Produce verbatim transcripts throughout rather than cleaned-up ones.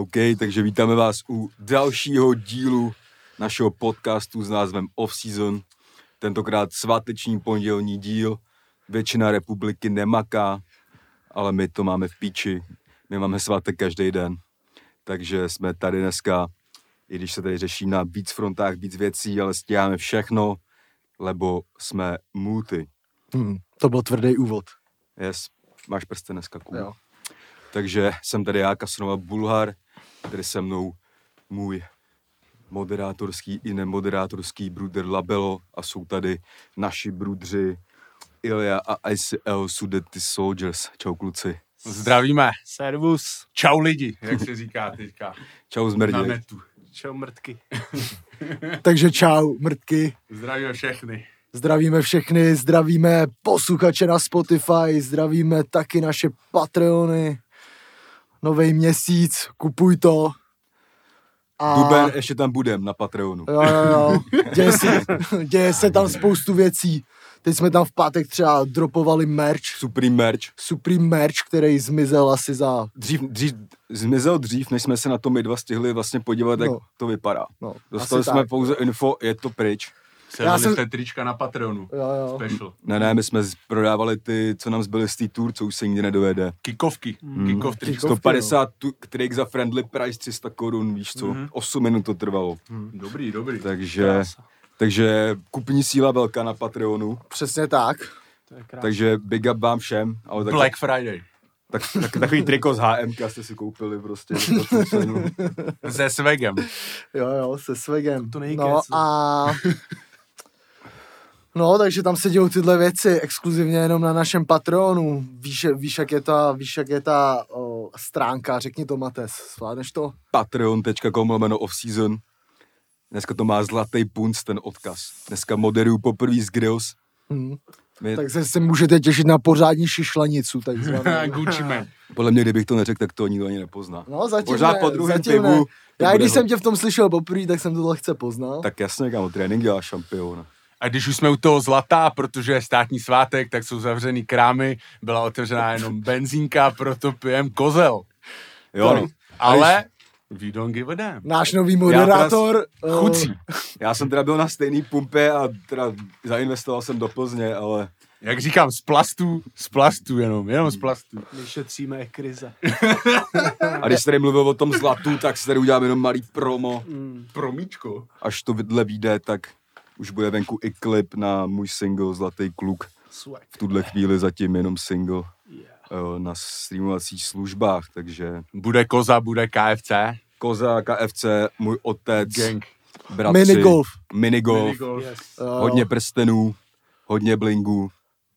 OK, takže vítáme vás u dalšího dílu našeho podcastu s názvem Off-Season. Tentokrát sváteční pondělní díl. Většina republiky nemaká, ale my to máme v píči. My máme svátek každý den. Takže jsme tady dneska, i když se tady řeší na víc frontách, víc věcí, ale stíháme všechno, lebo jsme multi. Hmm, to byl tvrdý úvod. Yes, máš prsten dneska, cool. Jo. Takže jsem tady já, Casanova Bulhar, tady se mnou můj moderátorský i nemoderátorský brudr Labelo a jsou tady naši brudři Ilja a I C L Sudety Soldiers. Čau kluci. Zdravíme. Servus. Čau lidi, jak se říká teďka. Čau zmrdě. Na netu. Čau mrtky. Takže čau, mrtky. Zdravíme všechny. Zdravíme všechny, zdravíme posluchače na Spotify, zdravíme taky naše Patreony. Nový měsíc, kupuj to. A... Duben, ještě tam budem na Patreonu. Jo, jo, jo. Děje se, děje se tam spoustu věcí. Teď jsme tam v pátek třeba dropovali merch. Supreme merch. Supreme merch, který zmizel asi za... Dřív, dřív, zmizel dřív, než jsme se na to my dva stihli vlastně podívat, jak no. to vypadá. No, Dostali jsme tak. pouze info, je to pryč. Sehnali jsem... jste trička na Patreonu. Jo, jo. Special. Ne, ne, my jsme prodávali ty, co nám zbyly z té tour, co už se nikdy nedovede. Kikovky. Mm. Kikov tričko. sto padesát tu, trik za friendly price, tři sta korun, víš co? Mm. osm minut to trvalo. Mm. Dobrý, dobrý. Takže, takže kupní síla velká na Patreonu. Přesně tak. Takže big up vám všem. Ale Black tak, Friday. Tak, tak, takový triko z H M K jste si koupili prostě. Se swagem. Jo, jo, se swagem. To nejkec. No a... No, takže tam se dějou tyhle věci exkluzivně jenom na našem Patreonu. Víš, víš, jak je ta, víš, jak je ta o, stránka, řekni to, Mates, zvládneš to? patreon tečka com lomeno off-season. Dneska to má zlatý punc, ten odkaz. Dneska moderuju poprvé z Grills. Hmm. My... Takže se můžete těšit na pořádní šišlanicu, takzvanou. Gucci man. Podle mě, kdybych to neřekl, tak to nikdo ani nepozná. No, zatím Pořád ne, po druhém zatím pivu. ne. Já když bude... jsem tě v tom slyšel poprvé, tak jsem to lehce poznal. Tak jasně, kámo, trénink dělá šampiona. A když už jsme u toho zlata, protože je státní svátek, tak jsou zavřený krámy, byla otevřená jenom benzínka, proto pijem kozel. Jo, no. Ale we don't give a damn. Náš nový moderátor. Já teda, chucí. Já jsem teda byl na stejný pumpě a teda zainvestoval jsem do Plzně, ale... Jak říkám, z plastu, z plastu jenom, jenom z plastu. My šetříme krize. A když tady mluvil o tom zlatu, tak se tady udělám jenom malý promo. Mm. Promíčko. Až to vidle vyjde, tak už bude venku i klip na můj single Zlatý kluk. V tuhle chvíli zatím jenom single yeah. na streamovacích službách, takže... Bude koza, bude K F C. Koza, K F C, můj otec, gang, bratři, minigolf, minigolf, minigolf. Yes. hodně prstenů, hodně blingů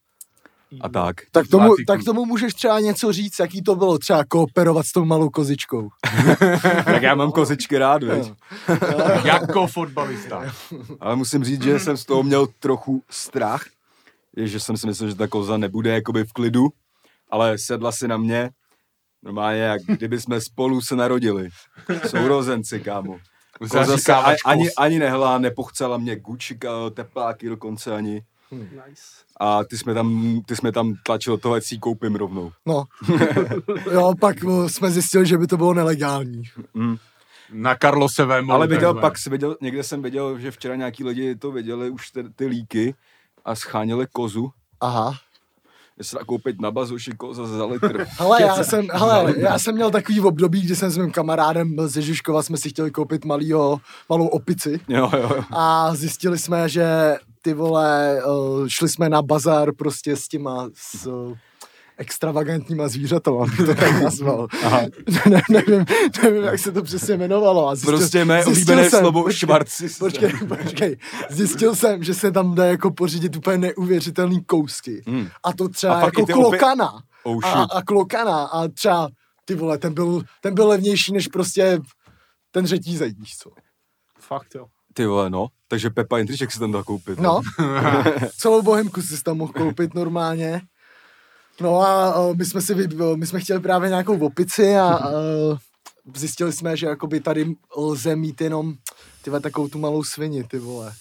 a tak. Tak tomu, tak tomu můžeš třeba něco říct, jaký to bylo třeba kooperovat s tou malou kozičkou. Tak já mám kozičky rád, veď. Jako fotbalista. Ale musím říct, že jsem z toho měl trochu strach, že jsem si myslel, že ta koza nebude jakoby v klidu, ale sedla si na mě, normálně jak kdyby jsme spolu se narodili. Sourozenci, kámo. Koza se ani, ani, ani nehla, nepochcela mě Gucci, tepláky dokonce ani. Hmm. Nice. A ty jsme tam, ty jsme tam tlačil toho, ať si ji koupím rovnou. No. Jo, pak jsme zjistili, že by to bylo nelegální. Mm. Na Karlosevém. Ale viděl, pak si viděl, někde jsem viděl, že včera nějaký lidi to viděli už ty, ty líky a scháněli kozu. Aha. Je se koupit na bazoši koza za litr. Hele, já jsem, hele, já jsem měl takový období, kdy jsem s mým kamarádem z Ježiškova jsme si chtěli koupit malýho, malou opici. Jo, jo, jo. A zjistili jsme, že ty vole, šli jsme na bazar prostě s těma, s extravagantníma zvířatama, bych to tak nazval. ne, nevím, nevím, jak se to přesně jmenovalo. A zjistil, prostě mé oblíbené slovo švarci. Počkej, počkej. Zjistil jsem, že se tam dá jako pořídit úplně neuvěřitelný kousky. Mm. A to třeba a jako klokana. Opě... Oh, a, a klokana. A třeba, ty vole, ten byl, ten byl levnější než prostě ten řetízej, víš co. Fakt jo. Ty vole, no. Takže Pepa Jindřišek si tam dal koupit. No. Celou bohemku si tam mohl koupit normálně. No a uh, my jsme si, uh, my jsme chtěli právě nějakou opici a uh, zjistili jsme, že jakoby tady lze mít jenom tyhle takovou tu malou svini, ty vole.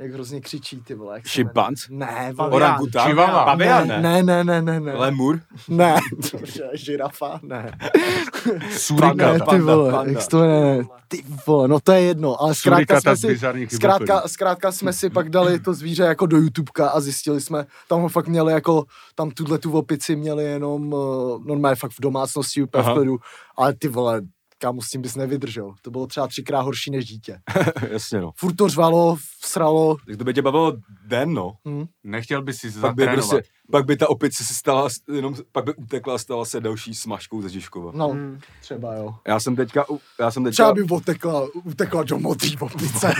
Jak hrozně křičí, ty vole. jak se Šimpanz? jmenuje. Ne, Pavián. vole. Orangutan? Chihuahua. Pavián, Ne, ne? ne, ne, ne, ne. Lemur? Ne, dobře, žirafa, ne. Ne, Surikata. ty vole, panda. jak se to jmenuje? Ty vole, no to je jedno, ale zkrátka Surikata jsme z si, bizarních zkrátka, hypoperů. zkrátka jsme si pak dali to zvíře jako do YouTubeka a zjistili jsme, tam ho fakt měli jako, tam tuhle tu opici měli jenom uh, normálně fakt v domácnosti úplně v klidu, ale ty vole, kámo, s tím bys nevydržel. To bylo třeba třikrát horší než dítě. Jasně, no. Furt to řvalo, sralo. Tak to by tě bavilo den, no. Nechtěl by si Pak by, zatrénovat. prostě, pak by ta opice se stala, jenom, pak by utekla a stala se další smažkou ze Žižkova. No, třeba jo. Já jsem teďka, u- já jsem teďka Třeba by utekla, utekla do modrý opice.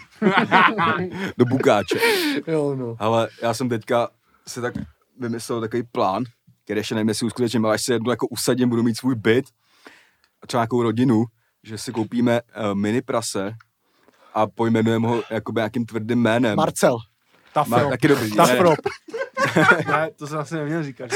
do Bukáče. Jo, no. Ale já jsem teďka si tak vymyslel takový plán, který ještě nevím, jestli uskutečním, ale až se jednou jako usadím, budu mít svůj byt a třeba nějakou rodinu, že si koupíme uh, mini prase a pojmenujeme ho jakoby nějakým tvrdým jménem. Marcel. Má, Tafrop. taky dobrý. Ne, Tafrop. Ne, to jsem asi neměl říkat.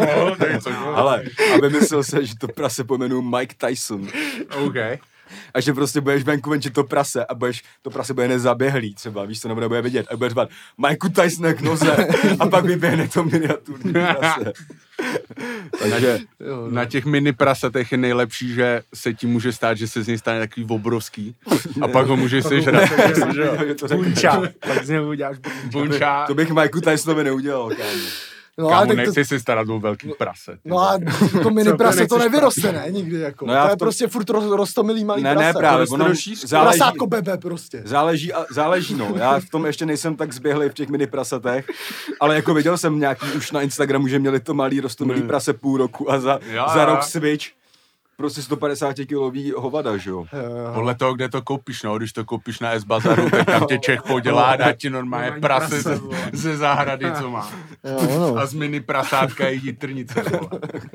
ale a vymyslel se, že to prase pojmenuju Mike Tyson. OK. A že prostě budeš venku venčit to prase a budeš, to prase bude nezaběhlý třeba, víš, to nebude vidět. A budeš řvat Mikeu Tyson k noze a pak vyběhne to miniaturní prase. Takže Na těch mini prasatech je nejlepší, že se ti může stát, že se z něj stane takový obrovský a pak ho můžeš sežrat. že to řekne. Bunča. Tak z něho uděláš bunča. Bunča. To bych Mikeu Tysonovi neudělal, kámo. No, Kámo, ale tak to, nechci se starat o velký prase. ty no a to mini Co, prase to nechceš nevyroste, ne? Nikdy jako. No já to je v tom- prostě furt roz, roztomilý malý Ne, prase. ne, právě, roste ono do šířky. záleží, Prasátko bebe prostě. záleží, a, záleží, no. Já v tom ještě nejsem tak zběhlej v těch mini prasatech, ale jako viděl jsem nějaký už na Instagramu, že měli to malý rostomilý prase půl roku a za, Jo, za jo. rok switch prostě sto padesát kilový hovada, že jo. Podle toho, kde to koupíš, no, když to koupíš na S-Bazaru, tak tam tě Čech podělá a dá ti normálně Normální prase prase, ze, vole. ze zahrady, co má. Jo, no. A z mini prasátka je jitrnice, vole.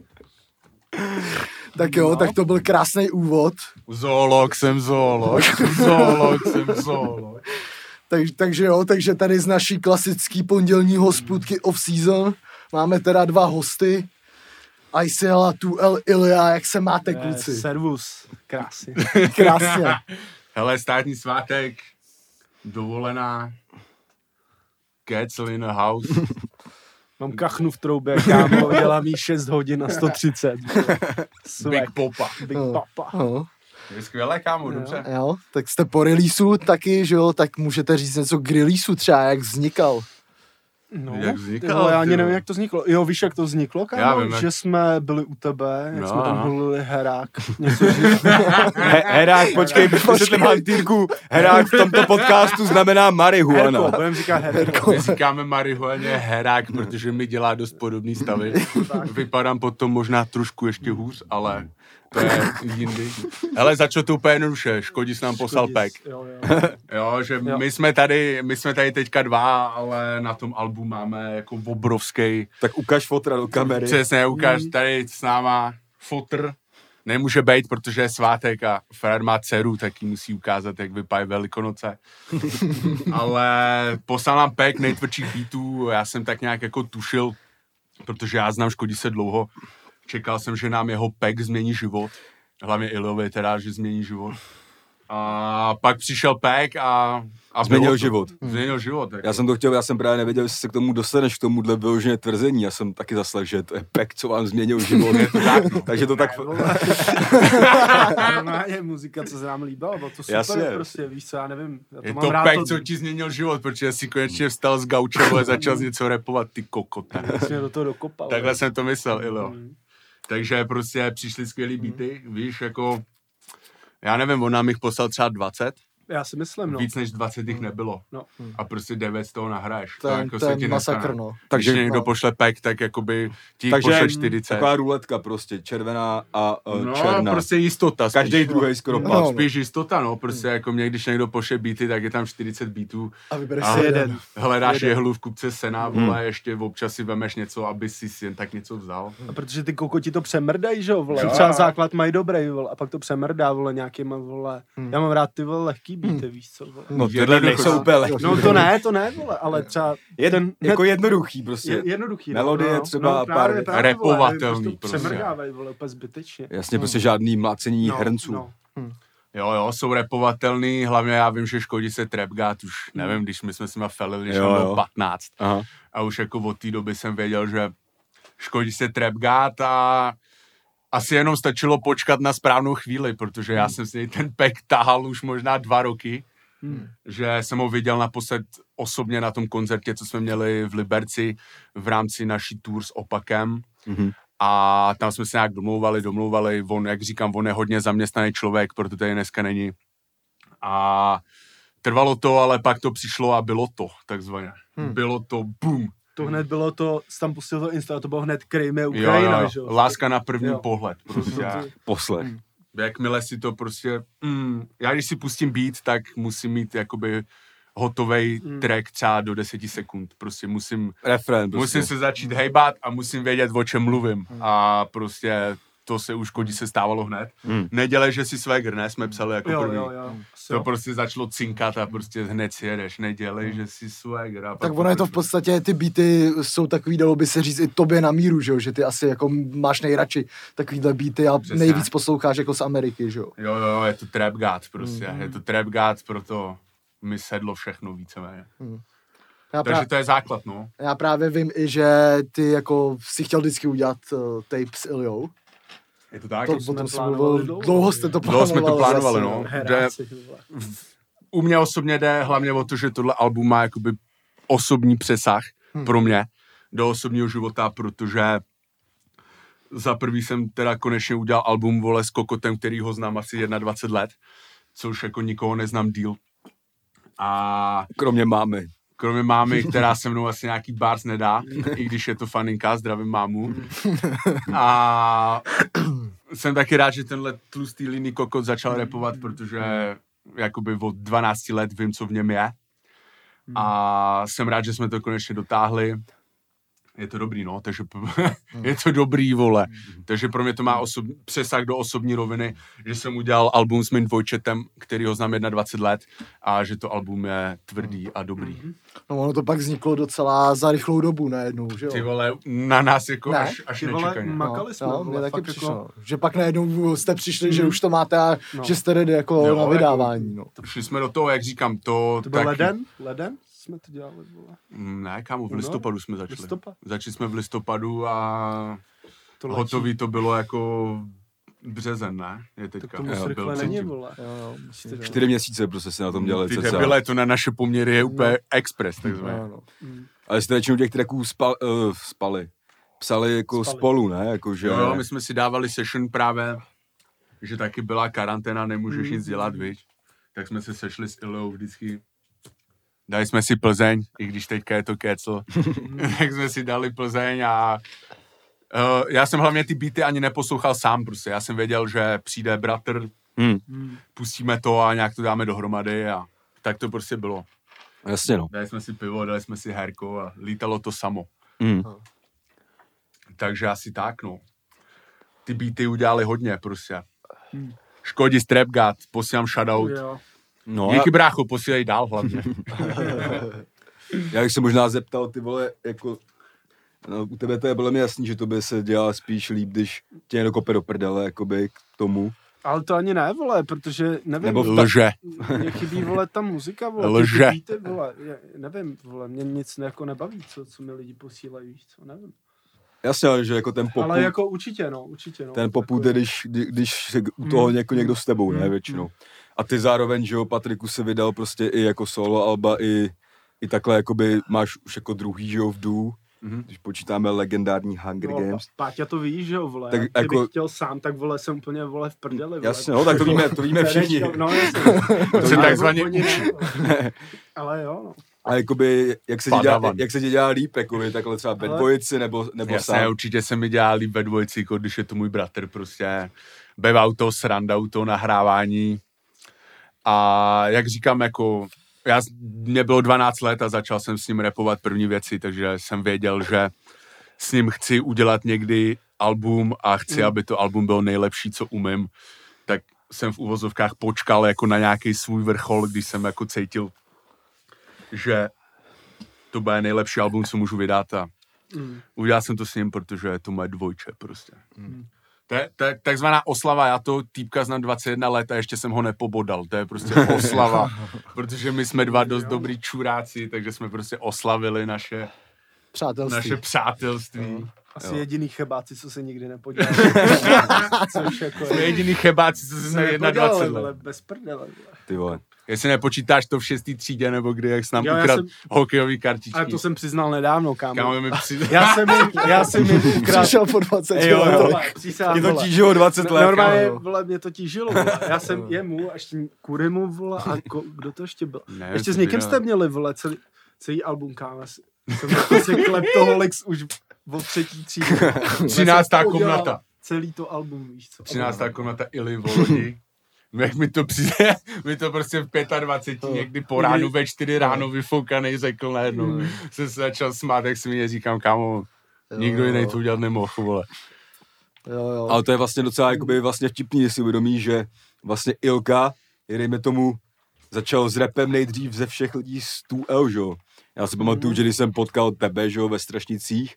Tak jo, tak to byl krásný úvod. Zoolog jsem zoolog, zoolog jsem zoolog. Tak, takže jo, takže tady z naší klasický pondělní hospůdky off-season máme teda dva hosty. Aisel a tu El Ilia, jak se máte, kluci? Servus. Krásně. Krásně. Hele, státní svátek, dovolená, Cats in a house. Mám kachnu v troubě, kámo, dělám jí šest hodin na sto třicet. Swag. Big Popa. Big No. Papa. No, Je skvělé, kámo, dobře. jo, tak jste po releaseu taky, že jo, tak můžete říct něco k releaseu třeba, jak vznikal. No, Jak ty vznikalo, vole, já ani ty nevím, vole. jak to vzniklo. Jo, víš, jak to vzniklo, kámo? Já vím, jak- Že jsme byli u tebe, jak No, jsme tam no. hulili herák. Něco říct. He, herák, počkej, vysvětlím hantýrku. Herák v tomto podcastu znamená Herko, marihuana. budeme říkat herko. My říkáme marihuaně herák, protože mi dělá dost podobný stavy. Vypadám potom možná trošku ještě hůř, ale to je jindy. Hele, začalo to úplně jednoduše, Škodis nám poslal pek. Jo, jo. Jo, že Jo. my jsme tady, my jsme tady teďka dva, ale na tom albu máme jako obrovský, Tak ukaž fotra do kamery. přesně ukáž tady s náma fotr. Nemůže být, protože je svátek a Fred má dceru, tak jí musí ukázat, jak vypadají Velikonoce. Ale poslal nám pek nejtvrdších beatů, já jsem tak nějak jako tušil, protože já znám Škodise dlouho. Čekal jsem, že nám jeho pek změní život. Hlavně Ilovi teda, že změní život. A pak přišel pek a... a Změnil bylo to. život. Změnil život. Jako. Já jsem to chtěl, já jsem právě nevěděl, jestli se k tomu dostaneš, k tomuhle vyloženě tvrzení. Já jsem taky zaslech, že to je pek, co vám změnil život. Je to tak, takže to tak... Normálně muzika, co se nám líbila, bylo to super, Jasně. prostě, víš co, já nevím. Já to Je mám to rád, pek, to, co ti změnil život, protože jsi konečně vstal z gauče a začal z něco repovat, ty kokote. Vlastně do toho dokopal. Takhle jsem to myslel, Ilo. Mm. Takže prostě přišly skvělý beaty, víš, jako... Já nevím, on nám jich poslal třeba dvacet, Já si myslím, no. víc než dvacet jich nebylo. No. A prostě devět z toho nahraješ. To je, jako to se je ti masakr, nestane. no. Takže Takže- když někdo no. pošle pek, tak jakoby ti Takže pošle čtyřicet. taková ruletka prostě, červená a uh, No, černá. prostě jistota. spíš. Každý druhý skoro No, pad. no. Spíš jistota, no, prostě jako mě, když někdo pošle beaty, tak je tam čtyřicet beatů. A vybereš A si jeden. jeden. Hledáš Jeden. jehlu v kupce sena, vole, ještě občas si vemeš něco, aby si jen tak něco vzal. A protože ty kokoti to přemrdají, že jo, vole. Jo. Třeba základ mají dobrý, vole, a pak to přemrdá, vole, nějakýma, vole. Já mám rád ty, vole, lehký beaty, víš co, vole. No tyhle Jednoduchý. nejsou úplně lehký. No to ne, to ne, vole, ale třeba Je, ten, jako jednoduchý prostě. je, jednoduchý. melodie no, třeba no, pár- právě, právě, Repovatelný vole, prostě. Přemrdávají, vole, úplně zbytečně. Jasně, prostě žádný mlácení No, hrnců. no. Jo, jo, jsou repovatelný, hlavně já vím, že Škodí se Trap God, už nevím, když my jsme s nima felili, když jsem byl patnáct. Aha. A už jako od té doby jsem věděl, že Škodí se Trap God a asi jenom stačilo počkat na správnou chvíli, protože já jsem si něj ten pek tahal už možná dva roky, hmm. že jsem ho viděl naposled osobně na tom koncertě, co jsme měli v Liberci v rámci naší tour s Opakem. Hmm. A tam jsme se nějak domlouvali, domlouvali, on, jak říkám, on je hodně zaměstnaný člověk, proto tady dneska není. A trvalo to, ale pak to přišlo a bylo to, takzvaně. Hmm. Bylo to, boom. To hned bylo to, tam pustil to Insta, to bylo hned Krejme Ukrajina, jo, jo. že jo? Láska na první jo. pohled, prostě. Poslech. Hmm. Jakmile si to prostě, mm, já když si pustím beat, tak musím mít jakoby hotovej hmm. track třeba do deseti sekund. Prostě musím, Refren, prostě. musím se začít hejbat a musím vědět, o čem mluvím. Hmm. A prostě to se už Škodí se stávalo hned. Hmm. Nedělej, že si swagger, ne, jsme psali jako jo, první. Jo, jo. To jo. prostě začalo cinkat a prostě hned si jedeš. Nedělej, hmm. že si swagger. A tak ono je to v podstatě, ty beaty jsou takový, dalo by se říct, i tobě na míru, že jo? Že ty asi jako máš nejradši takovýhle beaty a přesně. Nejvíc posloucháš jako z Ameriky, že jo? Jo, jo, je to Trap God prostě. Hmm. Je to Trap God, proto mi sedlo všechno víceméně. Hmm. Já Takže prá... to je základ, no. Já právě vím i, že ty jako si chtěl vždycky udělat uh, tape s Iljou. Je to tak? To, to potom jsme mluvili, dlouho, dlouho jste to plánovali. Dlouho jsme to plánovali, zase, no. Heráci, u mě osobně jde hlavně o to, že tohle album má jakoby osobní přesah hmm. pro mě do osobního života, protože za prvý jsem teda konečně udělal album, vole, s Kokotem, který ho znám asi dvacet jedna let, což jako nikoho neznám díl. A kromě mámy. Kromě mámy, která se mnou asi nějaký bars nedá, i když je to faninka, zdravím mámu. A jsem taky rád, že tenhle tlustý líný kokot začal rapovat, protože jakoby od dvanácti let vím, co v něm je. A jsem rád, že jsme to konečně dotáhli. Je to dobrý, no, takže je to dobrý, vole. Takže pro mě to má osob, přesah do osobní roviny, že jsem udělal album s mým dvojčetem, který ho znám dvacet jedna let a že to album je tvrdý a dobrý. No ono to pak vzniklo docela za rychlou dobu najednou, že jo? Ty vole, na nás jako ne? až, až Ty vole, nečekaně. makali jsme, no, vole, taky fakt přišlo, jako... že pak najednou jste přišli, mm. že už to máte a no. že jste ready jako jo, na vydávání, no. Šli jsme do toho, jak říkám, to... To byl taky... leden? Leden? Jsme to dělali, vole. Ne, kámo, v listopadu jsme začali. Listopad? Začali jsme v listopadu a to hotový to bylo jako březen, ne? Je teďka. Tak tomu srkle není, vole. Jo, jo, myslím, Čtyři měsíce prostě se na tom dělali. Ty debile, to na naše poměry je úplně no. express, takzvaně. No, no. Mm. Ale jste většinou těch tracků spal, uh, spali. Psali jako spali. Spolu, ne? Jako, že... Jo, my jsme si dávali session právě, že taky byla karanténa, nemůžeš mm. nic dělat, viď? Tak jsme se sešli s Ilou vždycky. Dali jsme si Plzeň, i když teďka je to kecl, tak jsme si dali Plzeň a uh, já jsem hlavně ty beaty ani neposlouchal sám prostě, já jsem věděl, že přijde bratr, hmm. pustíme to a nějak to dáme dohromady a tak to prostě bylo. Jasně no. Dali jsme si pivo, dali jsme si herko a lítalo to samo. Hmm. Takže asi tak, no. Ty beaty udělali hodně prostě. Hmm. Škodí Trap God, posílám shoutout. Jo. No, díky a... brácho, posílej dál hlavně. Já bych se možná zeptal, ty vole, jako, no, u tebe to je bylo mi jasný, že to by se dělalo spíš líp, když tě někdo kope do prdele, jakoby k tomu. Ale to ani ne, vole, protože nevím. Nebo lže. Mně chybí, vole, ta muzika, vole. Lže. Ty, vole, nevím, vole, mě nic jako nebaví, co, co mi lidi posílají, víš co, nevím. Jasně, že jako ten popud... Ale jako určitě, no, určitě, no. Ten popud je, když, když se u toho mm. jako někdo s tebou, mm. ne, většinou. A ty zároveň, že jo, Patriku se vydal prostě i jako solo alba, i, i takhle, jakoby máš už jako druhý, že jo, v dů, mm-hmm. když počítáme legendární Hunger no, Games. Páťa to víš, že jo, vole, tak kdybych jako... chtěl sám, tak vole, jsem úplně, vole, v prdeli, vole. Jasně, no, tak to víme, to víme všichni. No, jasně. To se takzvaně učí. Ale jo, no. A jakoby, jak se, ti dělá, jak se ti dělá líp, jakoby, takhle třeba ve dvojici, nebo, nebo jasně, sám? Určitě se mi dělá líp ve dvojici, jako když je to můj bratr, prostě bejvá to, sranda to, nahrávání. A jak říkám, jako, já, mě bylo dvanáct let a začal jsem s ním rapovat první věci, takže jsem věděl, že s ním chci udělat někdy album a chci, mm. aby to album bylo nejlepší, co umím. Tak jsem v uvozovkách počkal jako na nějaký svůj vrchol, když jsem jako cítil, že to bude nejlepší album, co můžu vydat a mm. udělal jsem to s ním, protože je to moje dvojče prostě. Mm. To je, to je takzvaná oslava, já to týpka znám dvacet jedna let a ještě jsem ho nepobodal, to je prostě oslava, protože my jsme dva dost dobrý čuráci, takže jsme prostě oslavili naše Přátelství. naše přátelství. Asi Jo. jediný chebáci, co se nikdy nepodělali. Což jako Jsme jediný chebáci, co jsme nepodělali, dvacet jedna ale let. bez prdele. Ty vole. Jestli nepočítáš to v šestý třídě, nebo kdy, jak jsi nám Jo, já ukradl jsem- hokejový kartičky. Ale to jsem přiznal nedávno, kámo. Kámo, mi při... Já jsem jim, já jsem jim ukradl. Přišel po dvaceti Jo, jo. letech. Přísahám, Je to vole. tížilo dvacet let. Normálně, kámo. vole, mě to tížilo, vole. Já jsem jemu, a ještě Kurimu, vole, a ko, kdo to ještě byl? Ne, ještě to s někým by ne. jste měli, vole, celý, celý album, kámo. Já si- Jsem jako si kleptoholix už od třetí třídy. Třináctá Já jsem udělal komnata. Celý to album, víš co. třináctá komnata Ili Volodi. Jak mi to přijde, mi to prostě v dvacet pět, někdy po ránu, ve čtyři ráno vyfoukanej řekl najednou. Jsem se začal smát, jak si mi říkám, kámo, nikdo jiný to udělat nemohl, vole. Jo, jo. Ale to je vlastně docela jakoby vlastně vtipný, jestli uvědomí, že vlastně Ilka, je dejme tomu, začal s rapem nejdřív ze všech lidí z two L, že jo. Já si pamatuju, že když jsem potkal tebe, že jo, ve Strašnicích,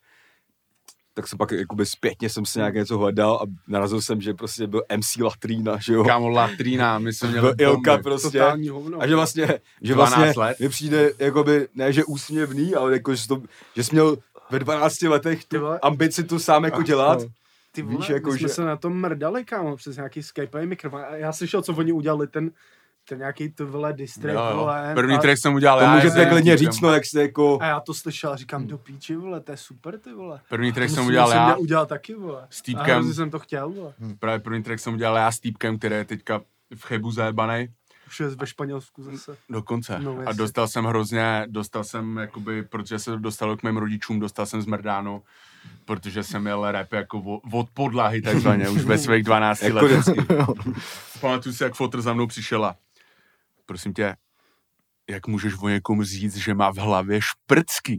tak jsem pak jakoby zpětně jsem si nějak něco hledal a narazil jsem, že prostě byl M C Latrína, že jo. Kámo, Latrína, my jsme Byl měli Ilka bomby. prostě. Totální hovno. A že vlastně, že dvanáct vlastně let. mi přijde, jakoby, ne že úsměvný, ale jako, že, to, že jsi měl ve dvanácti letech Ty tu vole. ambici to sám jako dělat. no. Ty vole, Víš, my jako, jsme že- se na tom mrdali, kámo, přes nějaký Skypeový mikrofon. A já slyšel, co oni udělali, ten, ten nějaký to vole district, Jo, jo. vole. První a, track jsem udělal To já, můžete jsem klidně týpkem. říct, no, jak jste jako... a já to slyšel a říkám, do píči, vole, to je super, ty vole. První track jsem Musím- udělal jsem já, měl udělat taky, vole. s A týpkem, hrozně jsem to chtěl, vole. právě první track jsem udělal já s týpkem, který je teďka v Chebu zajebanej. Už je ve Španělsku zase. Dokonce. No, a jasně. dostal jsem hrozně, dostal jsem jakoby, protože se dostalo k mým rodičům, dostal jsem zmrdáno, protože jsem měl rap jako od, od podlahy takzvaně, už ve svých dvanácti Jako letech. vždycky. Pamatuju si, jak fotr za mnou přišel a prosím tě, jak můžeš o někomu říct, že má v hlavě šprcky?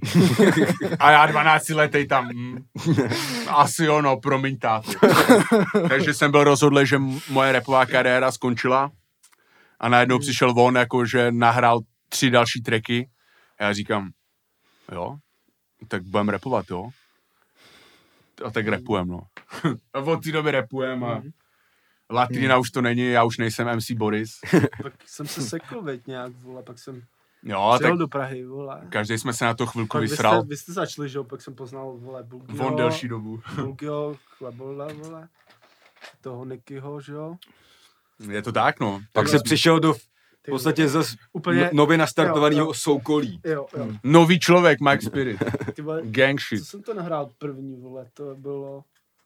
A já dvanáctiletej tam, hm, asi jo, no, promiň táto. Takže jsem byl rozhodlý, že m- moje rapová kariéra skončila a najednou přišel on, jako že nahrál tři další tracky a já říkám, jo, tak budem rapovat, jo. A tak rapujem, no. A od té doby rapujem a Latrína už to není, já už nejsem M C Boris. Pak jsem se sekl, veď nějak, vole, pak jsem Jo, tak přijel do Prahy, vole. každý jsme se na to chvilku Pak vy vysral. jste, vy jste začali, že jo, pak jsem poznal, vole, Bulkyho. Von delší dobu. Bulkyho, Chlebola, vole. Toho Nikyho, že jo. Je to tak, no. Pak se přišel do v Ty podstatě zase Úplně- no- nově nastartovaného jo, jo. soukolí. Jo, jo. Nový člověk, Mike Spirit. Ty vole, Gang co shit. jsem to nahrál první, vole, to bylo...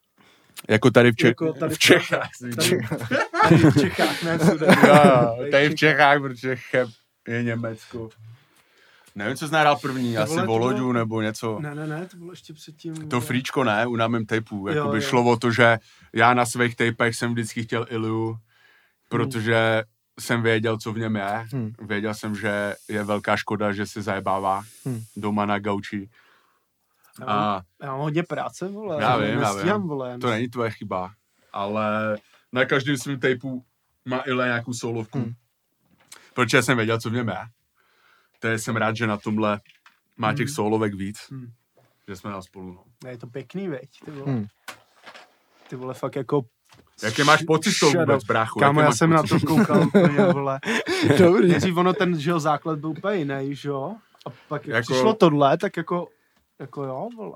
Jako tady v, Čech, Jako tady v Čechách. Tady, tady v Čechách, ne všude. Jo, jo, tady v Čechách, protože Cheb je Německo. Nevím, co jsi nahrál první, To asi vole, to Voloďu bylo- nebo něco. Ne, ne, ne, to bylo ještě předtím. To vole. fríčko ne, u na mém tapeu. Jakoby jo. šlo o to, že já na svých tapech jsem vždycky chtěl Ilu, protože jsem věděl, co v něm je. Hmm. Věděl jsem, že je velká škoda, že se zajebává Hmm. doma na gauči. Já A mám, já mám hodně práce, vole. Já vím, já nestíhám, vím. vole. to není tvoje chyba, ale na každém svém tapeu má Ile nějakou solovku. Hmm. Protože jsem věděl, co v něm je. Takže jsem rád, že na tomhle má těch Hmm. solovek víc. Hmm. Že jsme na spolu. No. Ne, je to pěkný, veď, ty vole. Hmm. Ty vole, fakt jako... Jaký máš pocit z toho Shadow. vůbec, brácho? Kámo, Jaký já máš jsem na pocit? to koukal úplně, vole. Dobrý. Nejdřív ono, ten, že jo, základ byl úplně jiný, že jo? A pak jak Jako- přišlo tohle, tak jako... Jako jo, vole.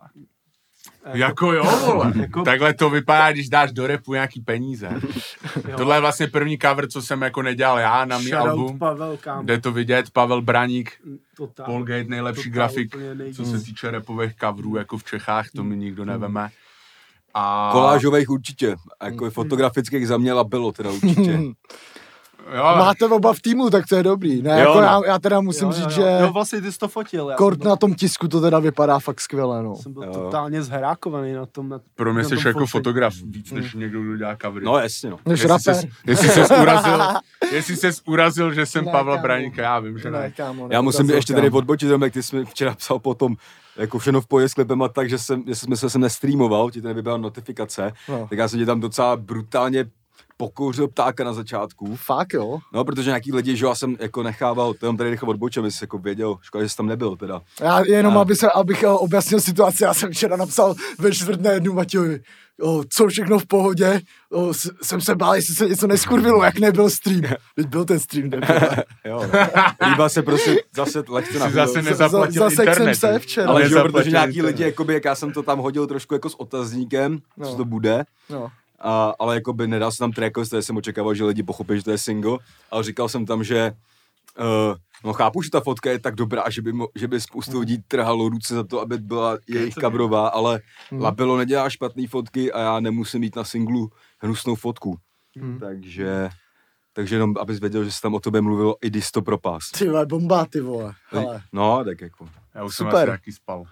Jako jo, vole. Jako- Takhle to vypadá, když dáš do repu nějaký peníze. Jo. Tohle je vlastně první cover, co jsem jako nedělal já na mý Shoutout album. Pavel, kámo. Jde to vidět, Pavel Braník, Totál. Polgate, nejlepší Totál grafik, úplně nejvíc. co se týče rapových coverů, jako v Čechách, to mi nikdo neveme. A... Kolážových určitě. A jako fotografických za mě bylo teda určitě. Jo, ale- Máte oba v týmu, tak to je dobrý. Ne, Jo, jako no. já, já teda musím jo, říct, jo, že jo. Jo, vlastně ty jsi to fotil. Já kort jsem byl, na tom tisku to teda vypadá fakt skvěle, no. jsem byl Jo. totálně zherákovaný na tom. Na, Pro mě na jsi tom jako focení. fotograf víc, než někdo, kdo dělá covery. No jasně no. Než Jestli rapper. ses, jestli ses urazil, jestli ses urazil, že jsem Ne, Pavla kámo. Braníka, já vím, že Ne, ne. kámo, Já musím neurazil, ještě tady kámo. odbočit, jak ty jsi mi včera psal potom, jako všechno v pohodě s klipem a tak, že jsem, že jsem, že jsem nestreamoval, ti to nevybral notifikace, No. tak já jsem tě tam docela brutálně pokouřil ptáka na začátku. Fakt jo? No, protože nějaký lidi, že já jsem jako nechával, to jenom tady rychle odbočil, abys jako věděl, škoda, že jsi tam nebyl teda. Já jenom, A... aby se, abych uh, objasnil situaci, já jsem včera napsal ve čtvrt na jednu Matějovi, o, co všechno v pohodě, o, s, jsem se bál, jestli se něco neskurvilo, jak nebyl stream. Teď byl ten stream, nebyl. Jo, líbá se prostě zase lehce na Zase nezaplatil Zase internet. jsem se včera. ale že jo, protože Nezaplatil nějaký internet. lidi, jakoby, jak já jsem to tam hodil trošku jako s otazníkem, No. co to bude, No. a, ale jakoby nedal jsem tam tracklist, takže jsem očekával, že lidi pochopí, že to je single, ale říkal jsem tam, že uh, no chápu, že ta fotka je tak dobrá, že by, mo, že by spoustu lidí trhalo ruce za to, aby byla jejich kabrová, ale Hmm. Labelo nedělá špatný fotky a já nemusím mít na singlu hnusnou fotku. Hmm. Takže, takže jenom, abys věděl, že se tam o tobě mluvilo, i když to propás. Ty vole, bomba, ty vole. Hele. No, tak jako. Já už jsem Super. asi taky spal.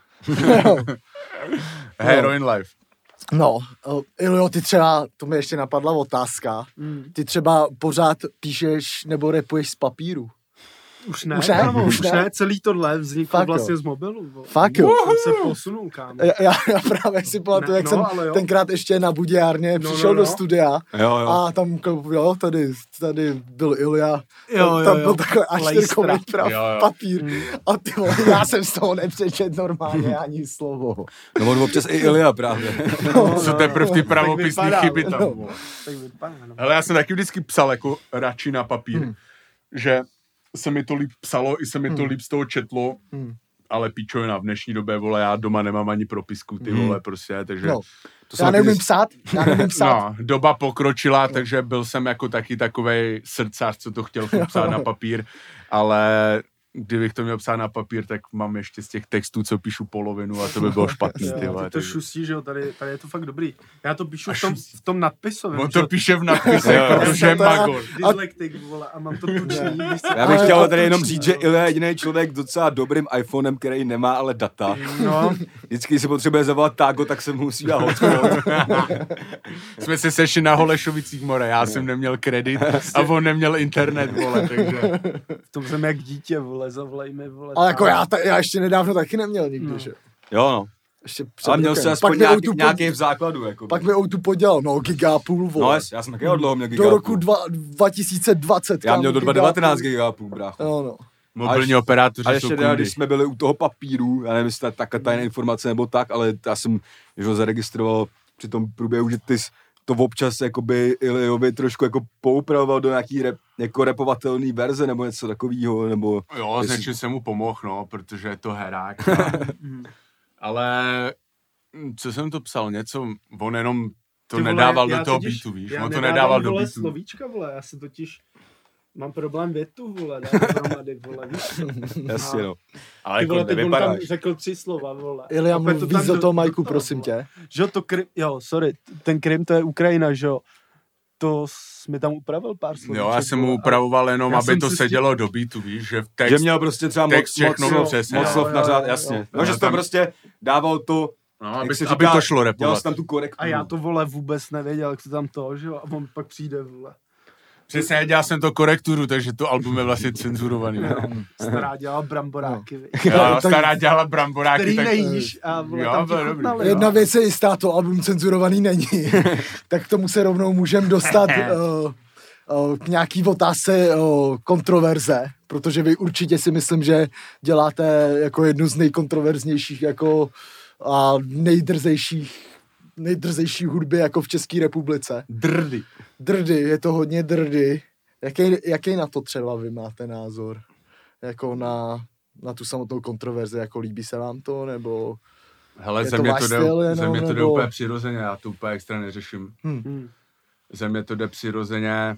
Heroin life. No, uh, Iljo, ty třeba, to mi ještě napadla otázka, Mm. ty třeba pořád píšeš nebo rapuješ z papíru. Už ne, Už ne, kámo, už už ne. ne. Celý tohle vzniklo Fakt jo. vlastně z mobilu. Bo. Fakt jo. Jsem se posunul, kámo. Já, já, já právě si pamatuju, Ne, jak no, jsem ale jo. tenkrát ještě na Budějárně No, přišel no, do no. studia Jo, jo. a tam, jo, tady, tady byl Ilja, Jo, tam, jo, tam jo. byl takhle A čtyřkový Lejstra. prav, Jo, jo. papír Mm. a ty vole, já jsem z toho nepřečet normálně ani slovo. No on občas i Ilja právě. No, Co teprve ty Tak pravopisný vypadá, chyby no. tam. No. vole. Tak vypadá, no. Hele, já jsem taky vždycky psal jako radši na papír, Hmm. že se mi to líp psalo, i se mi to Hmm. líp z toho četlo, Hmm. ale pičovina v dnešní době, vole, já doma nemám ani propisku, ty Hmm. vole, prostě, takže... No, To jsem já taky neumím zjist- psát, já neumím psát. No, doba pokročila, takže byl jsem jako taky takovej srdcař, co to chtěl furt psát na papír, ale kdybych to měl psát na papír, tak mám ještě z těch textů, co píšu polovinu a to by bylo špatný, ty Jo, vole. ty to takže- šustí, že jo, tady, tady je to fakt dobrý. Já to píšu A v tom, šustí. v tom nadpisovém. On že jo. to píše v nadpise, Jo, jo. protože je To já- magor. Dyslektik, vole, a mám to tučný. víš co? Já bych Ale chtěl to tady jenom tučný, říct, že no. Ilja je jediný člověk docela dobrým iPhonem, který nemá ale data. No, Vždycky, když si potřebuje zavolat Tágo, tak se musí dát hotspot. Jsme se sešli na Holešovicích more, já jsem neměl kredit a on neměl internet, vole, takže... v tom jsem jak dítě, vole, zavolej mi, vole. Ale jako tam. já, ta, já ještě nedávno taky neměl nikdy, No. že? Jo, no. Ještě před Ale měl rokem. jsi aspoň mi nějaký, O dva nějaký pod- v základu. Jako. Pak mi O dva podělal, no, giga a půl, vole. No, jas, já jsem taky od dlouho měl Do giga. roku dva, dva tisíce dvacet. Já kámo, měl do giga a dva tisíce devatenáct půl. giga půl, brácho. Jo, no. Mobilní A operátoři A jsou ještě teda, kundy. když jsme byli u toho papíru, já nevím, jestli to je takhle tajná informace nebo tak, ale já jsem že ho zaregistroval při tom průběhu, že ty jsi to občas jakoby Iliovi trošku jako poupravoval do nějaký rep, jako repovatelný verze nebo něco takového, nebo... Jo, s jestli- něčím jsem mu pomohl, no, protože je to herák. A... Ale hm, co jsem to psal, něco, on jenom to Ty vole, nedával já do toho totiž- beatu, víš, já on to nedávám, nedával do vole, beatu. slovíčka, vole, já si totiž mám problém větu, vole, dát dohromady, vole, víš. Jasně, no. Ty Ale vole, jako teď on tam nevypadáš. řekl tři slova, vole. Ilja, Opět mluv tam víc do toho, Majku, toho, prosím vole. tě. Že jo, to Krym, jo, sorry, ten Krym to je Ukrajina, že jo. To jsi mi tam upravil pár slov. Jo, já jsem mu upravoval jenom, Já aby jsem to si s sedělo do beatu, víš, že v Že text, měl prostě třeba moc, text všechno moc, bylo moc, přesně. moc Jo, slov jo, na jo, řád, jo. jasně. No, Jo, že jsi to tam- prostě dával to, no, jak aby, se aby říká, to šlo dělal repovat. jsi tam tu korekturu. A já to, vole, vůbec nevěděl, jak to tam to, že jo, a on pak přijde, vole. Přesně, dělal jsem to korekturu, takže to album je vlastně cenzurovaný. Stará dělala bramboráky, víš. Jo, Tak- stará dělala bramboráky, Který tak... nejíš a vole, Jo, tam ti bylo dobrý. chutnali, Jedna jo. věc je jistá, to album cenzurovaný není. Tak k tomu se rovnou můžeme dostat uh, uh, k nějaký otázce uh, kontroverze, protože vy určitě si myslím, že děláte jako jednu z nejkontroverznějších jako a nejdrzejších nejdrzejší hudby jako v České republice. Drdy. Drdy, je to hodně drdy. Jaký, jaký na to třeba vy máte názor? Jako na, na tu samotnou kontroverzi, jako líbí se vám to, nebo... Hele, Je ze to mě váš to jde, styl jenom, ze mě to jde nebo- úplně přirozeně, já to úplně extra neřeším. Hm. Ze mě to jde přirozeně.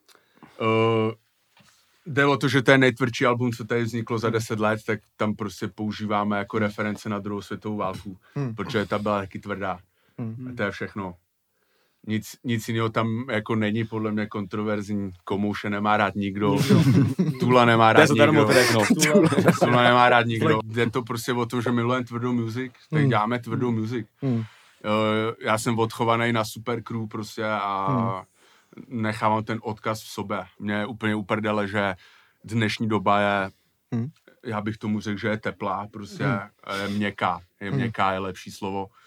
Uh, jde o to, že to je nejtvrdší album, co tady vzniklo za deset let, tak tam prostě používáme jako reference na druhou světovou válku, Hmm. protože ta byla taky tvrdá. Hmm. A to je všechno. Nic, nic jiného tam jako není podle mě kontroverzní. Komouše nemá rád nikdo. Tula nemá To je rád to tady nikdo. moc řeknu. Tula nemá rád nikdo. Jde to prostě o to, že milujeme tvrdou music, tak Hmm. děláme tvrdou music. Hmm. Eh, Já jsem odchovaný na super crew prostě a Hmm. nechávám ten odkaz v sobě. Mně je úplně uprdele, že dnešní doba je, Hmm. já bych tomu řekl, že je teplá, prostě Hmm. je měkká. Je Hmm. měkká, je lepší slovo.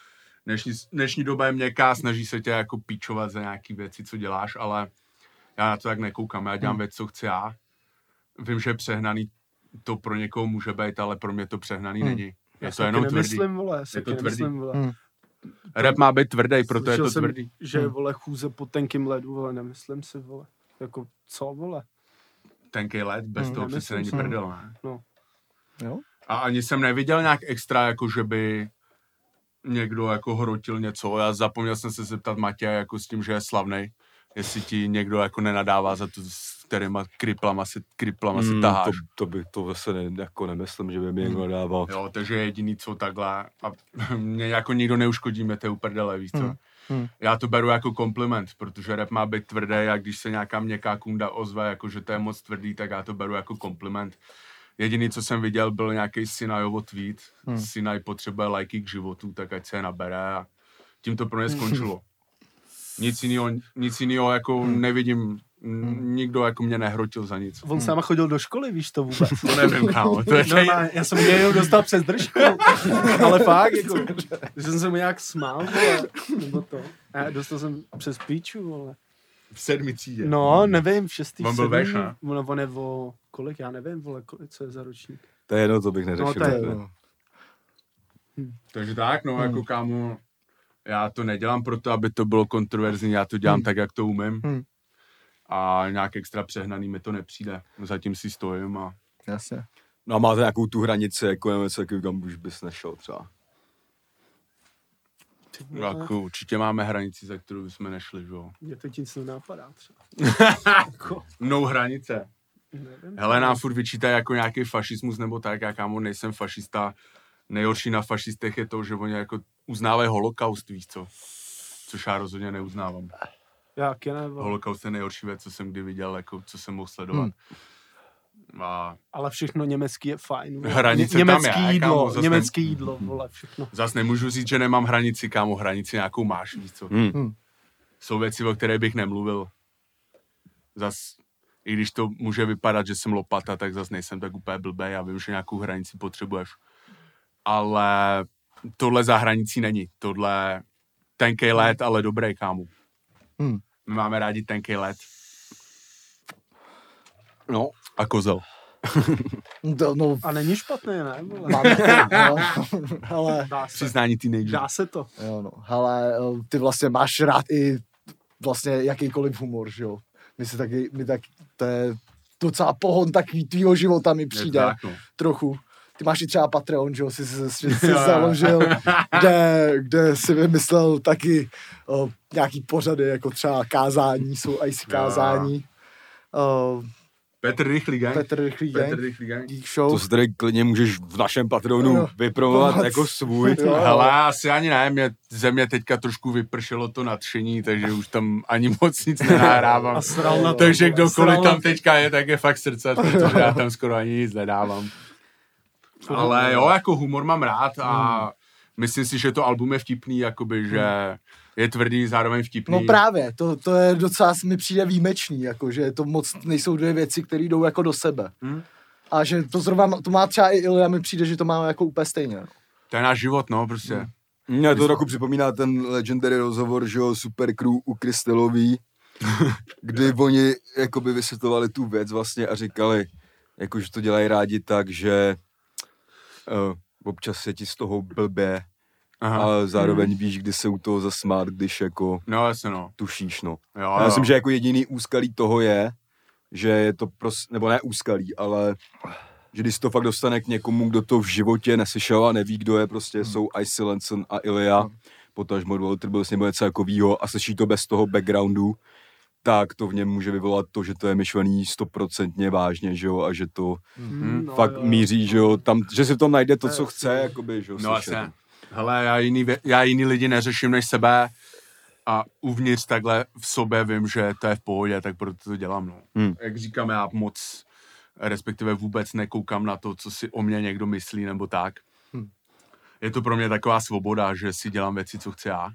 dnešní, dnešní doba je měkká, snaží se tě jako píčovat za nějaký věci, co děláš, ale já na to tak nekoukám, já dělám hmm. věc, co chci já. Vím, že přehnaný to pro někoho může být, ale pro mě to přehnaný hmm. není. Je já to jenom tvrdý. Vole, je to tvrdý. Vole. Hmm. Rap má být tvrdý, proto je to jsem, tvrdý. Že hmm. vole chůze po tenkým ledu, vole, nemyslím si, vole. Jako, co, vole? Tenký led, bez hmm, toho přece není prdel, ne? No. Jo? A ani jsem neviděl nějak extra, jako že by někdo jako hrotil něco. Já zapomněl jsem se zeptat Matěje jako s tím, že je slavnej. Jestli ti někdo jako nenadává za to, s kterýma kriplama si, kriplama si mm, taháš. To, to by to zase ne, jako nemyslím, že by mi někdo nadával. Jo, takže jediný co takhle. A mě jako nikdo neuškodí, mě to je uprdele, víš co. Hmm. Hmm. Já to beru jako kompliment, protože rap má být tvrdý a když se nějaká měkká kunda ozve, jako že to je moc tvrdý, tak já to beru jako kompliment. Jediný, co jsem viděl, byl nějaký Sinajovo tweet. Hmm. Sinaj potřebuje lajky k životu, tak ať se je nabere a tím to pro mě skončilo. Nic jiného, nic jiného jako hmm. nevidím, hmm. nikdo jako mě nehrotil za nic. On hmm. sama chodil do školy, víš to vůbec? To nevím, kámo. To je no, má, já jsem mě jenom dostal přes držku, ale fakt, jako, že jsem se mu nějak smál, vole, nebo to. A dostal jsem přes píču, vole. V sedmi třídě. No, nevím, v šestý, on byl veš, ne? On, on je o kolik, já nevím, vole, kolik, co je za ročník. To je jedno, to bych neřešil. No, to je jedno. Hm. Takže tak, no, hmm. jako kámo, já to nedělám proto, aby to bylo kontroverzní, já to dělám hmm. tak, jak to umím. Hmm. A nějak extra přehnaný mi to nepřijde. Zatím si stojím a... Jasně. No a máte nějakou tu hranici, jako nevím, co takový, kam už bys nešel třeba? Jako, určitě máme hranici, za kterou jsme nešli, že jo. Mně to nic nenápadá třeba. Mnou hranice. Nevím, hele, nám furt vyčítají jako nějaký fašismus nebo tak, já kámo nejsem fašista. Nejhorší na fašistech je to, že oni jako uznávají holokaust, víš co. Což já rozhodně neuznávám. Jak je nebo? Holokaust je nejhorší věc, co jsem kdy viděl, jako co jsem mohl sledovat. Hmm. A... Ale všechno německý je fajn. Hranice německý tam je, jídlo, kámo, německý ne... jídlo, vole, všechno. Zas nemůžu říct, že nemám hranici, kámo, hranici nějakou máš, víš co. Hmm. Jsou věci, o které bych nemluvil. Zas, i když to může vypadat, že jsem lopata, tak zas nejsem tak úplně blbej, já vím, že nějakou hranici potřebuješ. Ale tohle za hranicí není. Tohle tenkej led, ale dobrý, kámo. Hmm. My máme rádi tenkej led. No. A kozel. No, no. A není špatný, ne? Máme to, no. Ale... Přiznání teenager. Dá se to. Jo, no. Ale ty vlastně máš rád i vlastně jakýkoliv humor, že jo? My si taky, my tak, to je docela pohon takový tvýho života mi přijde. Tak, no. Trochu. Ty máš i třeba Patreon, že jo, jsi, jsi, jsi, jsi založil, kde, kde si vymyslel taky o, nějaký pořady, jako třeba kázání, jsou i si kázání. O, Petr Rychlý gang. Petr Rychlý gang. Petr Rychlý gang. Geek Show. To si tady klidně můžeš v našem Patronu no, vypromovat no, jako svůj. Jo, hele, asi ani ne, mě, ze mě teďka trošku vypršelo to nadšení, takže už tam ani moc nic nenahrávám. A sral na to. Takže kdokoliv tam teďka je, tak je fakt srdce, protože já tam skoro ani nic nedávám. Ale jo, jako humor mám rád a myslím si, že to album je vtipný, jakoby, že je tvrdý, zároveň vtipný. No právě, to, to je docela, mi přijde výjimečný, jako, že to moc nejsou dvě věci, které jdou jako do sebe. Hmm. A že to zrovna, to má třeba i Ilja, mi přijde, že to má jako úplně stejně. No. To je náš život, no, prostě. Hmm. Mně to trochu připomíná ten legendary rozhovor, že jo, Super Crew u Krystelový, kdy oni jakoby vysvětlovali tu věc vlastně a říkali, jako, že to dělají rádi tak, že uh, občas se ti z toho blbě, aha. Ale zároveň mm. víš, kdy se u toho zasmát, když jako no, jasně, no. tušíš, no. Jo, já myslím, že jako jediný úskalí toho je, že je to prostě, nebo ne úskalí, ale že když to fakt dostane k někomu, kdo to v životě neslyšel a neví, kdo je, prostě mm. jsou Ice Lanson a Ilja, mm. potažmo Walter byl s nebo něco takovýho a slyší to bez toho backgroundu, tak to v něm může vyvolat to, že to je myšlený stoprocentně vážně, že jo, a že to mm. fakt no, míří, že jo, tam, že si v tom najde to, co chce, jakoby, že jo, no, slyšet. Hele, já jiný, já jiný lidi neřeším než sebe a uvnitř takhle v sobě vím, že to je v pohodě, tak proto to dělám, no. Hmm. Jak říkám, já moc, respektive vůbec nekoukám na to, co si o mě někdo myslí, nebo tak. Hmm. Je to pro mě taková svoboda, že si dělám věci, co chci já.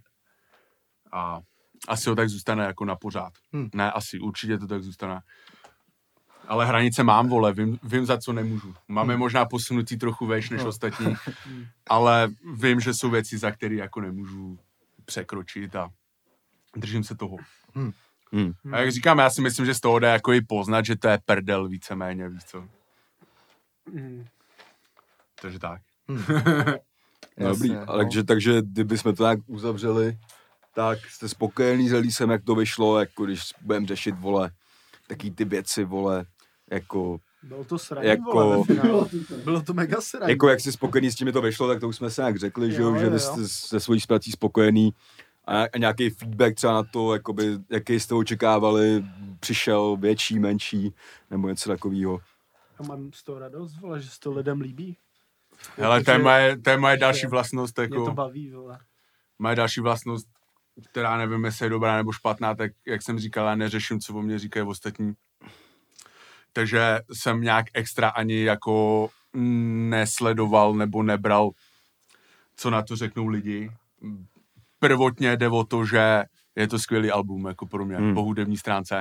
A asi to tak zůstane jako na pořád. Hmm. Ne, asi, určitě to tak zůstane. Ale hranice mám, vole, vím, vím za co nemůžu. Máme možná posunutý trochu vejš než ostatní, ale vím, že jsou věci, za které jako nemůžu překročit a držím se toho. Hmm. A jak říkám, já si myslím, že z toho jde jako i poznat, že to je prdel víceméně, víš co. Hmm. Takže tak. Hmm. Dobrý, Jasně, ale takže, takže kdybychom to nějak uzavřeli, tak jste spokojený s Releasem, jak to vyšlo, jako když budeme řešit, vole, taky ty věci, vole, jako, Bylo to sraní, Jako- vole, ve finále. Bylo to mega sraní. jako jak jsi spokojený s tím, že to vyšlo, tak to už jsme se nějak řekli, že, jo, Jo, že jo, vy jo. jste se svojí prací spokojený a, a nějaký feedback třeba na to, jakoby, jaký jste očekávali, přišel větší, menší, nebo něco takového. Já mám z toho radost, vole, že se to lidem líbí. Hele, to je Protože moje, to je moje další vlastnost, Mě to jako, baví, vole. moje další vlastnost, která nevím, jestli je dobrá nebo špatná, tak jak jsem říkal, já neřeším, co o mě říkají ostatní. Takže jsem nějak extra ani jako nesledoval nebo nebral, co na to řeknou lidi. Prvotně jde o to, že je to skvělý album, jako pro mě, Hmm. po hudební stránce.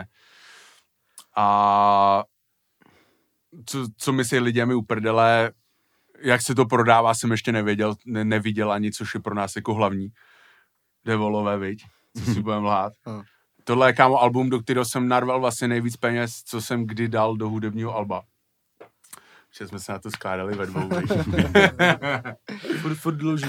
A co, co myslí lidé mi uprdele, jak se to prodává, jsem ještě nevěděl, ne, neviděl ani, což je pro nás jako hlavní. Devolové, viď? Co si budem lhát. Hmm. Tohle je, kámo, album, do kterého jsem narval vlastně nejvíc peněz, co jsem kdy dal do hudebního alba. Že jsme se na to skládali ve dvou, viď? Furt, furt dluží.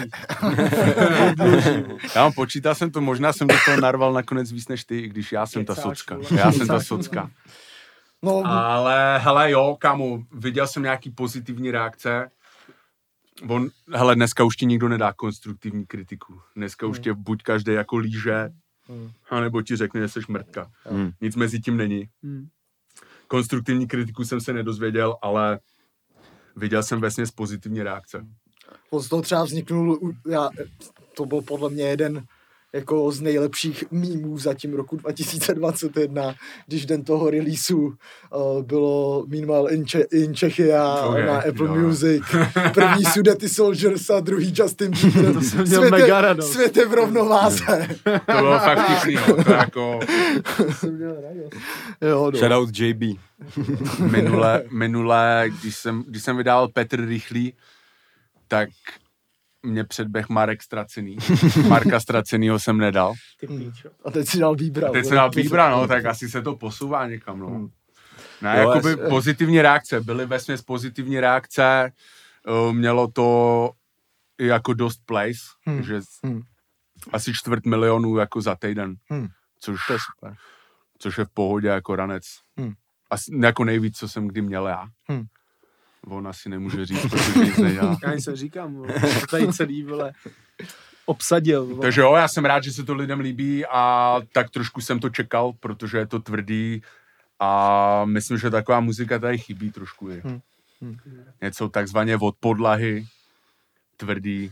Já mám počítal jsem to, možná jsem do toho narval nakonec víc než ty, i když já jsem ta Kecáš, socka. vole. Já jsem ta Kecáš, socka. No, Ale hele jo, kámo, viděl jsem nějaký pozitivní reakce. On, hele, dneska už ti nikdo nedá konstruktivní kritiku. Dneska už tě buď každý jako líže, Hmm. anebo ti řekne, že jsi mrtka. Hmm. Nic mezi tím není. Hmm. Konstruktivní kritiku jsem se nedozvěděl, ale viděl jsem vesměs pozitivní reakce. On z toho třeba vzniknul, u- já, to byl podle mě jeden jako z nejlepších mýmů zatím roku dva tisíce dvacet jedna, když den toho releaseu uh, bylo Meanwhile in, Če- in Czechia Okay, na Apple jo. Music. První Sudety Soldiers a druhý Justin Bieber. To jsem měl Svět je- mega radost. Svět je v rovnováze. To bylo fakt vtipný, no. To jako To jsem měl radost. Jo, no. Shoutout J B. minule, minule když, jsem, když jsem vydával Petr Rychlý, tak mě předběh Marek Stracený. Marka Stracenýho jsem nedal. Ty píčo. A teď si dal Bíbra. Teď se dal Bíbra, no, tak asi se to posouvá někam, no. Hmm. Ne, Jo, jakoby jasně. pozitivní reakce, byly vesměs pozitivní reakce, uh, mělo to i jako dost plays, Hmm. že Hmm. asi čtvrt milionu jako za týden, Hmm. což, To je super. což je v pohodě jako ranec. Hmm. Asi jako nejvíc, co jsem kdy měl já. Hmm. On asi nemůže říct, protože nic nedělá. Já se říkám, vole. To tady celý, vole, obsadil. Vole. Takže jo, já jsem rád, že se to lidem líbí a tak trošku jsem to čekal, protože je to tvrdý a myslím, že taková muzika tady chybí trošku. Je. Hmm. Hmm. Něco takzvaně od podlahy, tvrdý.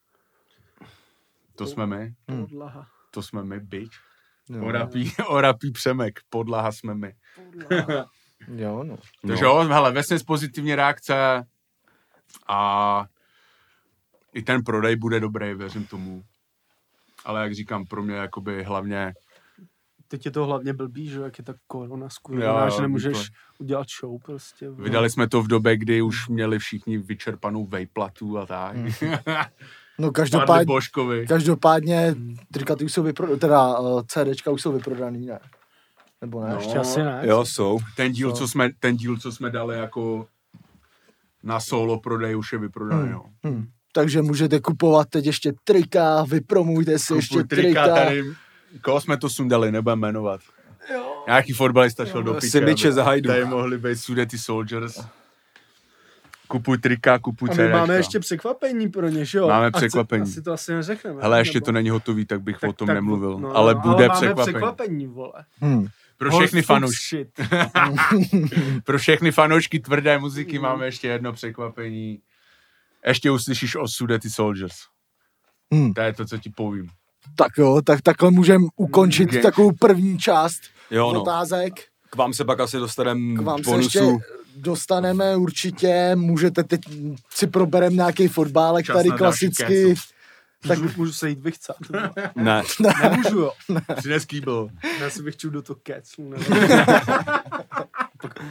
To jsme my, Podlaha. to jsme my, bitch. Jo, Orapí, orapí Přemek, podlaha jsme my. Podlaha. jo, no. Takže jo, hele, vesměs pozitivní reakce a i ten prodej bude dobrý, věřím tomu. Ale jak říkám, pro mě jakoby hlavně Teď je to hlavně blbý, že jak je ta korona Jo, skurvená, jo, že nemůžeš úplně. udělat show prostě. vole. vydali jsme to v době, kdy už měli všichni vyčerpanou vejplatu a tak. No Padli každopádně, Božkovi. každopádně trika ty už jsou vyprodaný, teda uh, CDčka už jsou vyprodaný, ne? Nebo ne? No. Ještě asi ne. Jo, jsou. Ten díl, Co? co jsme, ten díl, co jsme dali jako na solo prodej, už je vyprodaný. Hmm. Jo. Hmm. Takže můžete kupovat teď ještě trika, vypromujte si Kupuj ještě trika trika. tady. Koho jsme to sundali, nebudeme jmenovat. Jo. Nějaký fotbalista šel do piče. Simiče aby za Hajdu. Tady mohli být Sudety Soldiers. Kupuj trika, kupuj A my CDčka. máme ještě překvapení pro ně, že jo? Máme Asi- překvapení. Asi to asi neřekneme. Hele, ještě nebo- to není hotový, tak bych tak- o tom tak- nemluvil. no, ale no, bude ale máme překvapení. překvapení, vole. Hmm. Pro všechny, Horse fanouš, shit. pro všechny fanoušky tvrdé muziky máme ještě jedno překvapení. Ještě uslyšíš o Sudety Soldiers. Hmm. To je to, co ti povím. Tak jo, tak takhle můžeme ukončit Gang. takovou první část Jo, no. otázek. K vám se pak asi dostaneme K vám se bonusu. ještě dostaneme určitě, můžete teď si probereme nějaký fotbálek Čas tady na další klasicky. Tak můžu, můžu se jít vychcat. Ne. Nemůžu, jo. Přines kýbl. Já si bych čul do toho keclu. Pak,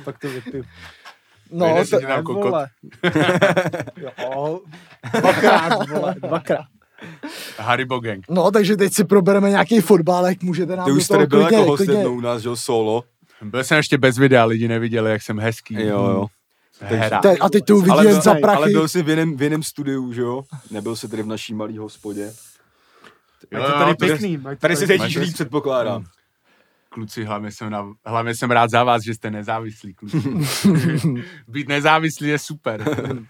pak to vypiju. No, Vejde si to, ti tam kokot. Vole. Jo, dvakrát, vole, dvakrát. Haribo Gang. no, takže teď si probereme nějaký fotbálek, můžete nám Ty do už toho tady byl klidně, jako host klidně. jednou u nás, že jo, solo. Byl jsem ještě bez videa, lidi neviděli, jak jsem hezký. Jo, jo. Hra. Te, a teď to uvidí Ale, jen byl, za ale prachy. byl jsi v jiném, v jiném studiu, že jo? Nebyl jsi tady v naší malý hospodě. Jo, Je to jo, tady tady- pěkný. mají to Tady si tady- cítíš líp, předpokládám. Kluci, hlavně jsem, na, hlavně jsem rád za vás, že jste nezávislí, kluci. Být nezávislý je super.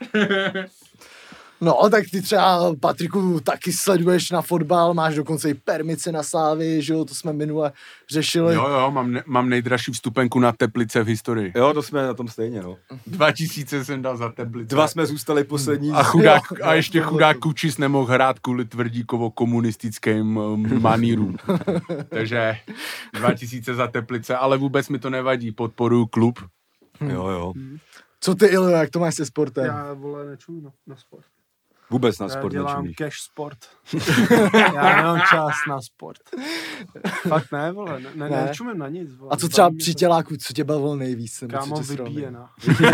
No, tak ty třeba, Patriku, taky sleduješ na fotbal, máš dokonce i permice na Slávy, že jo, to jsme minule řešili. Jo, jo, mám, ne, mám nejdražší vstupenku na Teplice v historii. Jo, to jsme na tom stejně, no. Dva tisíce jsem dal za Teplice. Dva jsme zůstali poslední. A chudák, Jo, a ještě jo, chudák to- Kučis nemohl hrát kvůli tvrdíkovo komunistickým um, manírům. Takže dva tisíce za Teplice, ale vůbec mi to nevadí, podporuju klub. Jo, jo. Co ty, Iljo, jak to máš se sportem? Já, vole, nečuju na, na sport. Vůbec na Já sport dělám nečumíš. cash sport. Já nemám čas na sport. Fakt ne, vole, ne, ne, Ne. nečumím na nic. Vole. A co třeba Baví mě při to. těláku, co tě bavilo nejvíc? Nebo Kámo, co tě srovnal? vybíjená.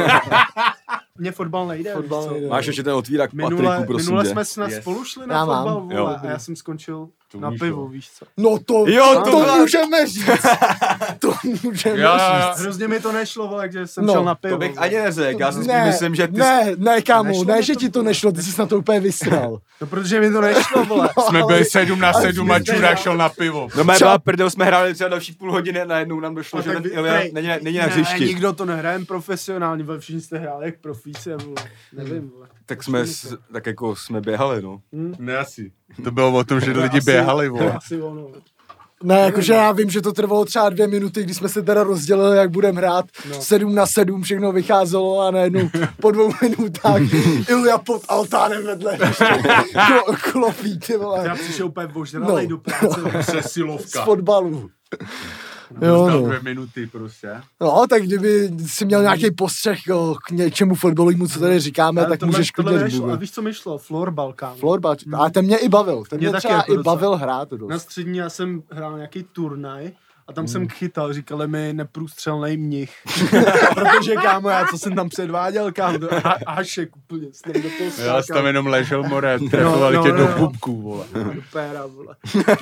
Mně fotbal nejde. Fotbal víš co? nejde. Máš ještě ten otvírák Minule, Patriku, prosím minule tě. jsme snad Yes. spolu šli Já na mám. fotbal, vole, Jo. a já jsem skončil To na umíš, pivu, jo. víš co. No to, Jo, to, to to byla- můžeme říct. To můžeme Jo, jo, říct. Hrozně mi to nešlo, vole, že jsem No, šel na pivo. To bych vole. ani neřekl, já si spíš Ne, myslím, že ty... ne, ne, kámo, Nešlo ne, mi že to, ti to vole. nešlo, ty jsi na to úplně vysral. No, protože mi to nešlo, vole. Jsme Ale- byli sedm na ale sedm jsme a zde- čurák šel na pivo. No mé Třeba- byla prdel, jsme hráli třeba další půl hodiny a najednou nám došlo, A že tak ten vy- Ilja prej- není, není na Ne, hřišti. nikdo to nehrajem profesionálně, vole, všichni jste hráli jak profíci, vole. Nevím, vole. Tak jsme, s, tak jako jsme běhali, no. Ne asi. To bylo o tom, že To je lidi asi- běhali, to je vole. asi ono. Ne, jakože já vím, že to trvalo třeba dvě minuty, když jsme se teda rozdělili, jak budeme hrát. No. Sedm na sedm všechno vycházelo a najednou po dvou minutách Ilja pod altárem vedle klo, klopí, ty Já vole, přišel úplně ožralej No. do práce, vole. Se z silovka. fotbalu. Jo, Jo, no. dvě minuty prostě. No, tak kdyby si měl nějaký postřeh jo, k něčemu fotbalu, co tady říkáme, Ale tak tohle- můžeš tohle klidně nešlo. A mluvit. víš, co mi šlo? Florbal, kámo. Florbal, a ten mě i bavil, ten Mě mě taky třeba jako i docela. bavil hrát Na dost. střední já jsem hrál nějaký turnaj a tam jsem chytal, říkali mi neprůstřelnej mnich. Protože, kámo, já co jsem tam předváděl, kámo, do ha- hašek úplně, jsem do toho Já skákal. jsem tam jenom ležel more, trefovali no, tě no, do no. pupků, vole. Do péra, vole.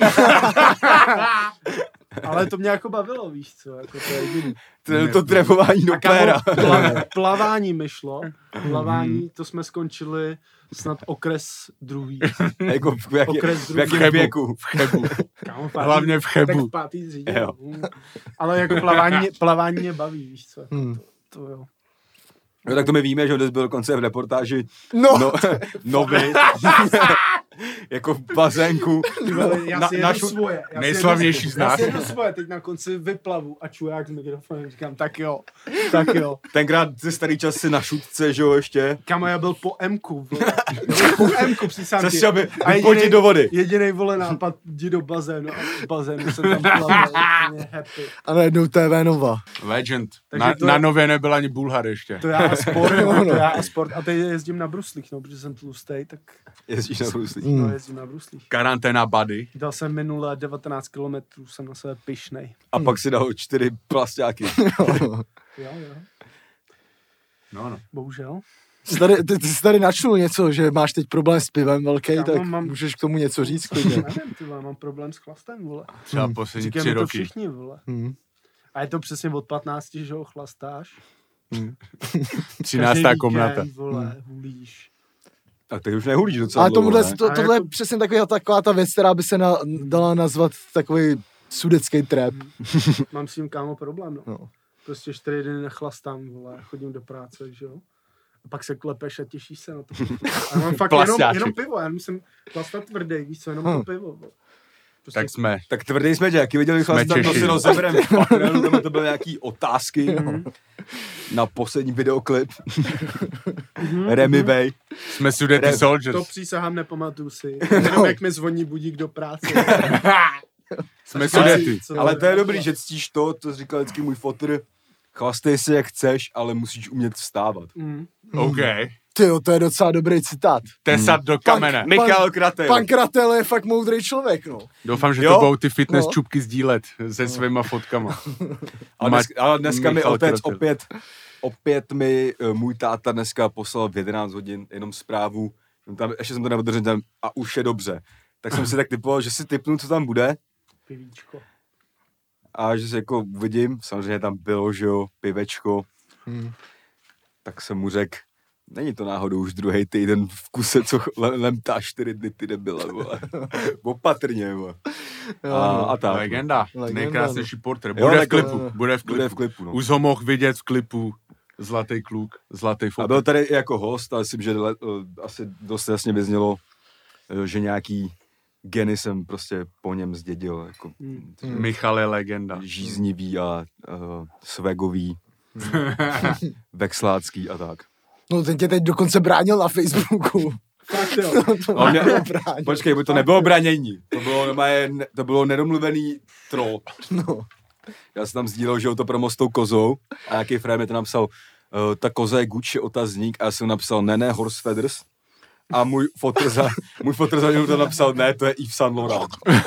Ale to mě jako bavilo, víš co, jako to je jediný. To, to trefování do A kámo, péra. pla, plavání mi šlo. Plavání, to jsme skončili snad okres druhý. Jako v, v, jaký, Okres v druhý. jakém Chebu. věku? V Chebu. Kámo, pátý, Hlavně v Chebu. Tak v pátý třídě. Jo. Mm. Ale jako plavání, mě- plavání mě baví, víš co. Hmm. To, to jo. No tak to my víme, že dnes byl dokonce v reportáži No, no, nový, jako v bazénku. Já Na- si jedu našu- svoje. Já si nejslavnější jedu, z nás. Já si jedu svoje, teď na konci vyplavu a čuják s mikrofonem, říkám, tak jo, tak jo. Tenkrát ze starý čas si na šutce, že jo, ještě. Kamo, já byl po Mku, vole. Já byl po Mku, přísám Se ti. si aby A vypotit do vody. Jedinej, vole, nápad, jdi do bazénu a v bazénu jsem tam plaval, úplně happy. a najednou T V Nova. Legend. Takže Na, to- na Nově nebyl ani Bulhar ještě. To já a sport, Jo, no, no. to já a sport. A teď jezdím na bruslích, no, protože jsem tlustej, tak Jezdíš na bruslích. Hmm. no, jezdím na bruslích. Karanténa buddy. Dal jsem minule devatenáct kilometrů, jsem na sebe pyšnej. A pak si dal čtyři plastáky. Jo, jo, No, no. bohužel. Jsi tady, ty, ty jsi tady načnul něco, že máš teď problém s pivem velký, Já tak mám- mám- můžeš k tomu něco říct klidně. Nevím, ty vole, mám problém s chlastem, vole. Třeba Hmm. poslední Říkají tři mi to roky. všichni, vole. Hmm. A je to přesně od patnácti, že ho chlastáš. Třináctá Každý komnata. víkend, vole, hulíš. Tak teď už nehulíš docela Ale tomuhle, dlouho, ne? to, A tohle je jako- přesně taková, taková ta věc, která by se na, dala nazvat takový sudecký trap. Mám s tím, kámo, problém, no. No. Prostě čtyři dny nechlastám, vole, chodím do práce, že jo. A pak se klepeš a těšíš se na to. A mám fakt jenom, Plastáček. jenom pivo, já musím chlastat tvrdý, víš co, jenom Hm. to pivo, vole. Prostě Tak jsme. Tak tvrdý jsme tě, jaký viděli Jsme chlast, tak to Češi. si rozeberem. Tam to byly nějaký otázky Mhm. na poslední videoklip. Remy Bay. Jsme Sudety Rev. Soldiers. to přísahám, nepamatuju si. Jenom jak mi zvoní budík do práce. Jsme Říkám si, Sudety. co- Ale to je dobrý, že ctíš to, to říkal vždycky můj fotr. Chlastej si jak chceš, ale musíš umět vstávat. Mm. OK. Tyjo, to je docela dobrý citát. Tesat do kamene. Pan- Michal Kratel. Pan Kratel je fakt moudrý člověk, no. Doufám, že Jo? to budou ty fitness No. čupky sdílet se svýma fotkama. A, dnes, a dneska mi Michal otec Kratel. opět, opět mi uh, můj táta dneska poslal v jedenáct hodin jenom zprávu, tam, ještě jsem to neodržel tam, a už je dobře. Tak jsem si tak typoval, že si typnu, co tam bude Pivíčko. a že si jako uvidím, samozřejmě tam bylo, že jo, pivečko, Hmm. tak jsem mu řekl, není to náhodou už druhý týden v kuse, co le- lemtá čtyři dny, ty debile, vole. Opatrně, vole. A, a tak. Legenda. Legenda, Nejkrásnější portrét. Jo, Bude v tak- klipu. Bude v klipu. Bude v klipu, no. Už ho mohl vidět v klipu. Zlatý kluk, zlatý A fotr. byl tady i jako host, ale myslím, že le, uh, asi dost jasně vyznělo, uh, že nějaký geny jsem prostě po něm zdědil, jako Hmm. Michal je legenda. žíznivý a uh, swagový, vexlácký a tak. No ten tě teď dokonce bránil na Facebooku. Fakt jo. To On mě, bránil. počkej, bo to nebylo branění, to bylo, normálně ne- to bylo nedomluvený troll. No. Já jsem tam sdílel, že jo, to promo s tou kozou a nějaký frame mi to napsal, uh, ta koza je Gucci, otazník, a já jsem napsal, ne, ne, horse feathers. A můj fotr za, můj fotr za něm to napsal, ne, to je Yves Saint Laurent.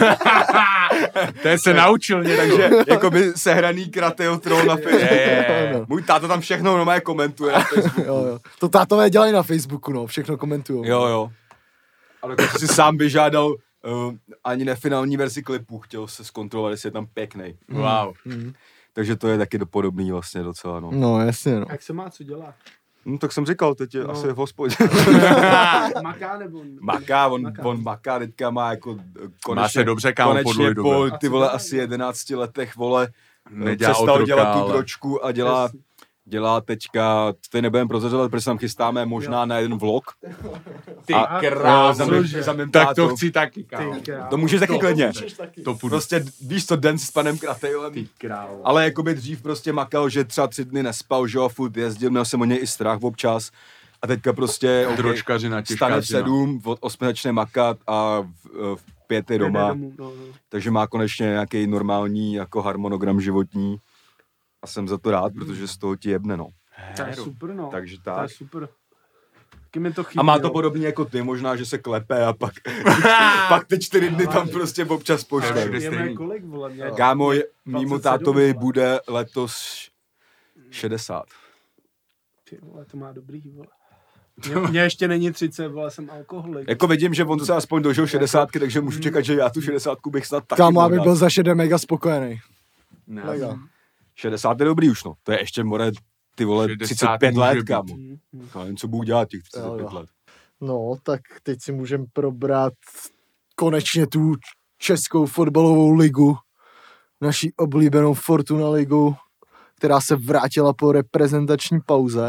To je se naučil někdo. Takže jako by sehraný Kratel troll na Facebooku. Je. No. Můj táta tam všechno normálně komentuje na Facebooku. Jo, jo. To tátové dělají na Facebooku, no, všechno komentujou. Jo, jo. Ale když si sám vyžádal uh, ani nefinální verzi klipu, chtěl se zkontrolovat, jestli je tam pěknej. Wow. Hmm. Takže to je taky podobný vlastně docela, no. No, jasně, no. Jak se má co dělat? No tak jsem říkal, teď je No. asi v hospodě. Maká nebo... Maká, on, Maká. on maká, teďka má jako eh, konečně, Má se dobře, kámo, konečně podluj po dobře. ty vole asi jedenácti letech, vole, Nedělá přestal otroka, dělat tu ale- dročku a dělá, Jasně. dělá teďka, teď nebudeme prozrazovat, protože se tam chystáme možná na jeden vlog. Ty A- krávo. za mým- cože? za mým Tak tátou. to chci taky, kámo. Ty krávo. To můžeš taky To- klidně. To půjdu. Prostě víš co, den s panem Kratejlem. Ty krávo. Ale jakoby dřív prostě makal, že třeba tři dny nespal, že jo, furt jezdil, měl jsem o něj i strach občas. A teďka prostě, okay, Dročkařina, těžká stane v žena. sedm, od osmi začne makat a v, v pět je Jde doma. domů, no, no. Takže má konečně nějaký normální jako harmonogram životní. A jsem za to rád, protože z toho ti jebne, no. To je super, no. Takže To je tak. super. Taky mi to chybí, A má to jo. podobně jako ty, možná, že se klepe a pak, pak ty čtyři dny tam prostě občas pošle. Všude Mě má stejný. kolik, vole, mě... Kámo, je- mýmu dvacet sedm, tátovi vole. bude letos šedesát. Ty vole, to má dobrý, vole. Mě, mě ještě není třicet, vole, jsem alkoholik. Jako vidím, že on se aspoň dožil šedesátky, takže můžu čekat, že já tu šedesátku bych snad taky Kámo, mohl aby dát. byl za šedé mega spokojený. Ne. Mega. šedesát je dobrý už, no. To je ještě, more, ty vole, šedesát třicet pět může let, být. kámo. Mm, mm. Já nevím, co budu dělat těch třicet pět Jo, jo. let. No, tak teď si můžeme probrat konečně tu českou fotbalovou ligu, naší oblíbenou Fortuna ligu, která se vrátila po reprezentační pauze,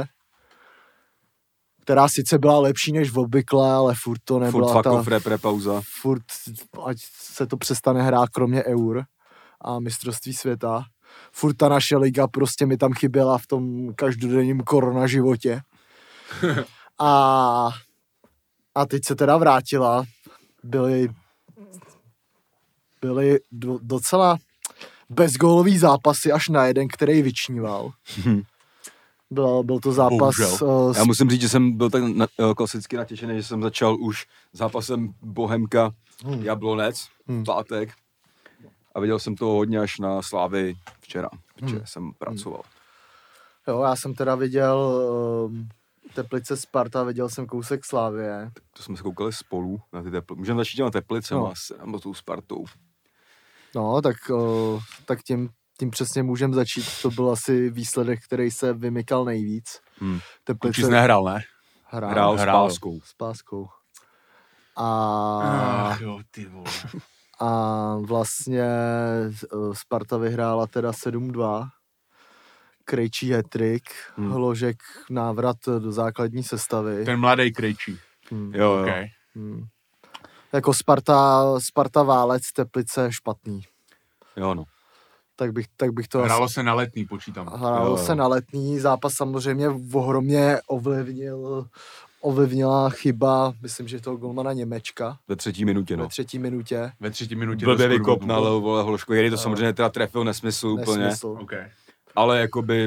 která sice byla lepší než obvykle, ale furt to Furt nebyla fuck ta... off, repre, pauza. Furt, ať se to přestane hrát kromě eur a mistrovství světa. Furt ta naše liga prostě mi tam chyběla v tom každodenním korona životě. A, a teď se teda vrátila. Byly, byly do, docela bezgólový zápasy až na jeden, který vyčníval. Byl, byl to zápas... Bohužel. Uh, Já musím říct, že jsem byl tak na, eh, klasicky natěšený, že jsem začal už zápasem Bohemka Hmm. Jablonec Hmm. v pátek. A viděl jsem to hodně až na Slávy včera, protože Hmm. jsem pracoval. Jo, já jsem teda viděl um, Teplice Sparta, viděl jsem kousek Slávie. To jsme se koukali spolu na ty teplice. Můžeme začít na Teplice, No. no. nebo tou Spartou. No, tak, uh, tak tím, tím přesně můžeme začít. To byl asi výsledek, který se vymykal nejvíc. Hmm. Teplice Učíc nehrál, ne? hrál, Hrál s hrál. páskou. s páskou. A, Ach jo, ty vole. a vlastně uh, Sparta vyhrála teda sedm dva. Krejčí hat-trick, Hmm. Hložek návrat do základní sestavy. Ten mladý Krejčí. Hmm. Jo, jo. Okay. Hmm. Jako Sparta, Sparta Válec, Teplice špatný. Jo, no. Tak bych, tak bych to Hrálo se na letný, počítám. Hrálo Jo, jo. se na letní zápas, samozřejmě ohromně ovlivnil, ovlivnila chyba, myslím, že toho golmana Němečka Ve třetí minutě, ve no. třetí minutě. Ve třetí minutě Blbě to skurvil. vykopnal, vole, Hložko, který to samozřejmě teda trefil nesmysl úplně. Nesmysl. Okay. Ale jakoby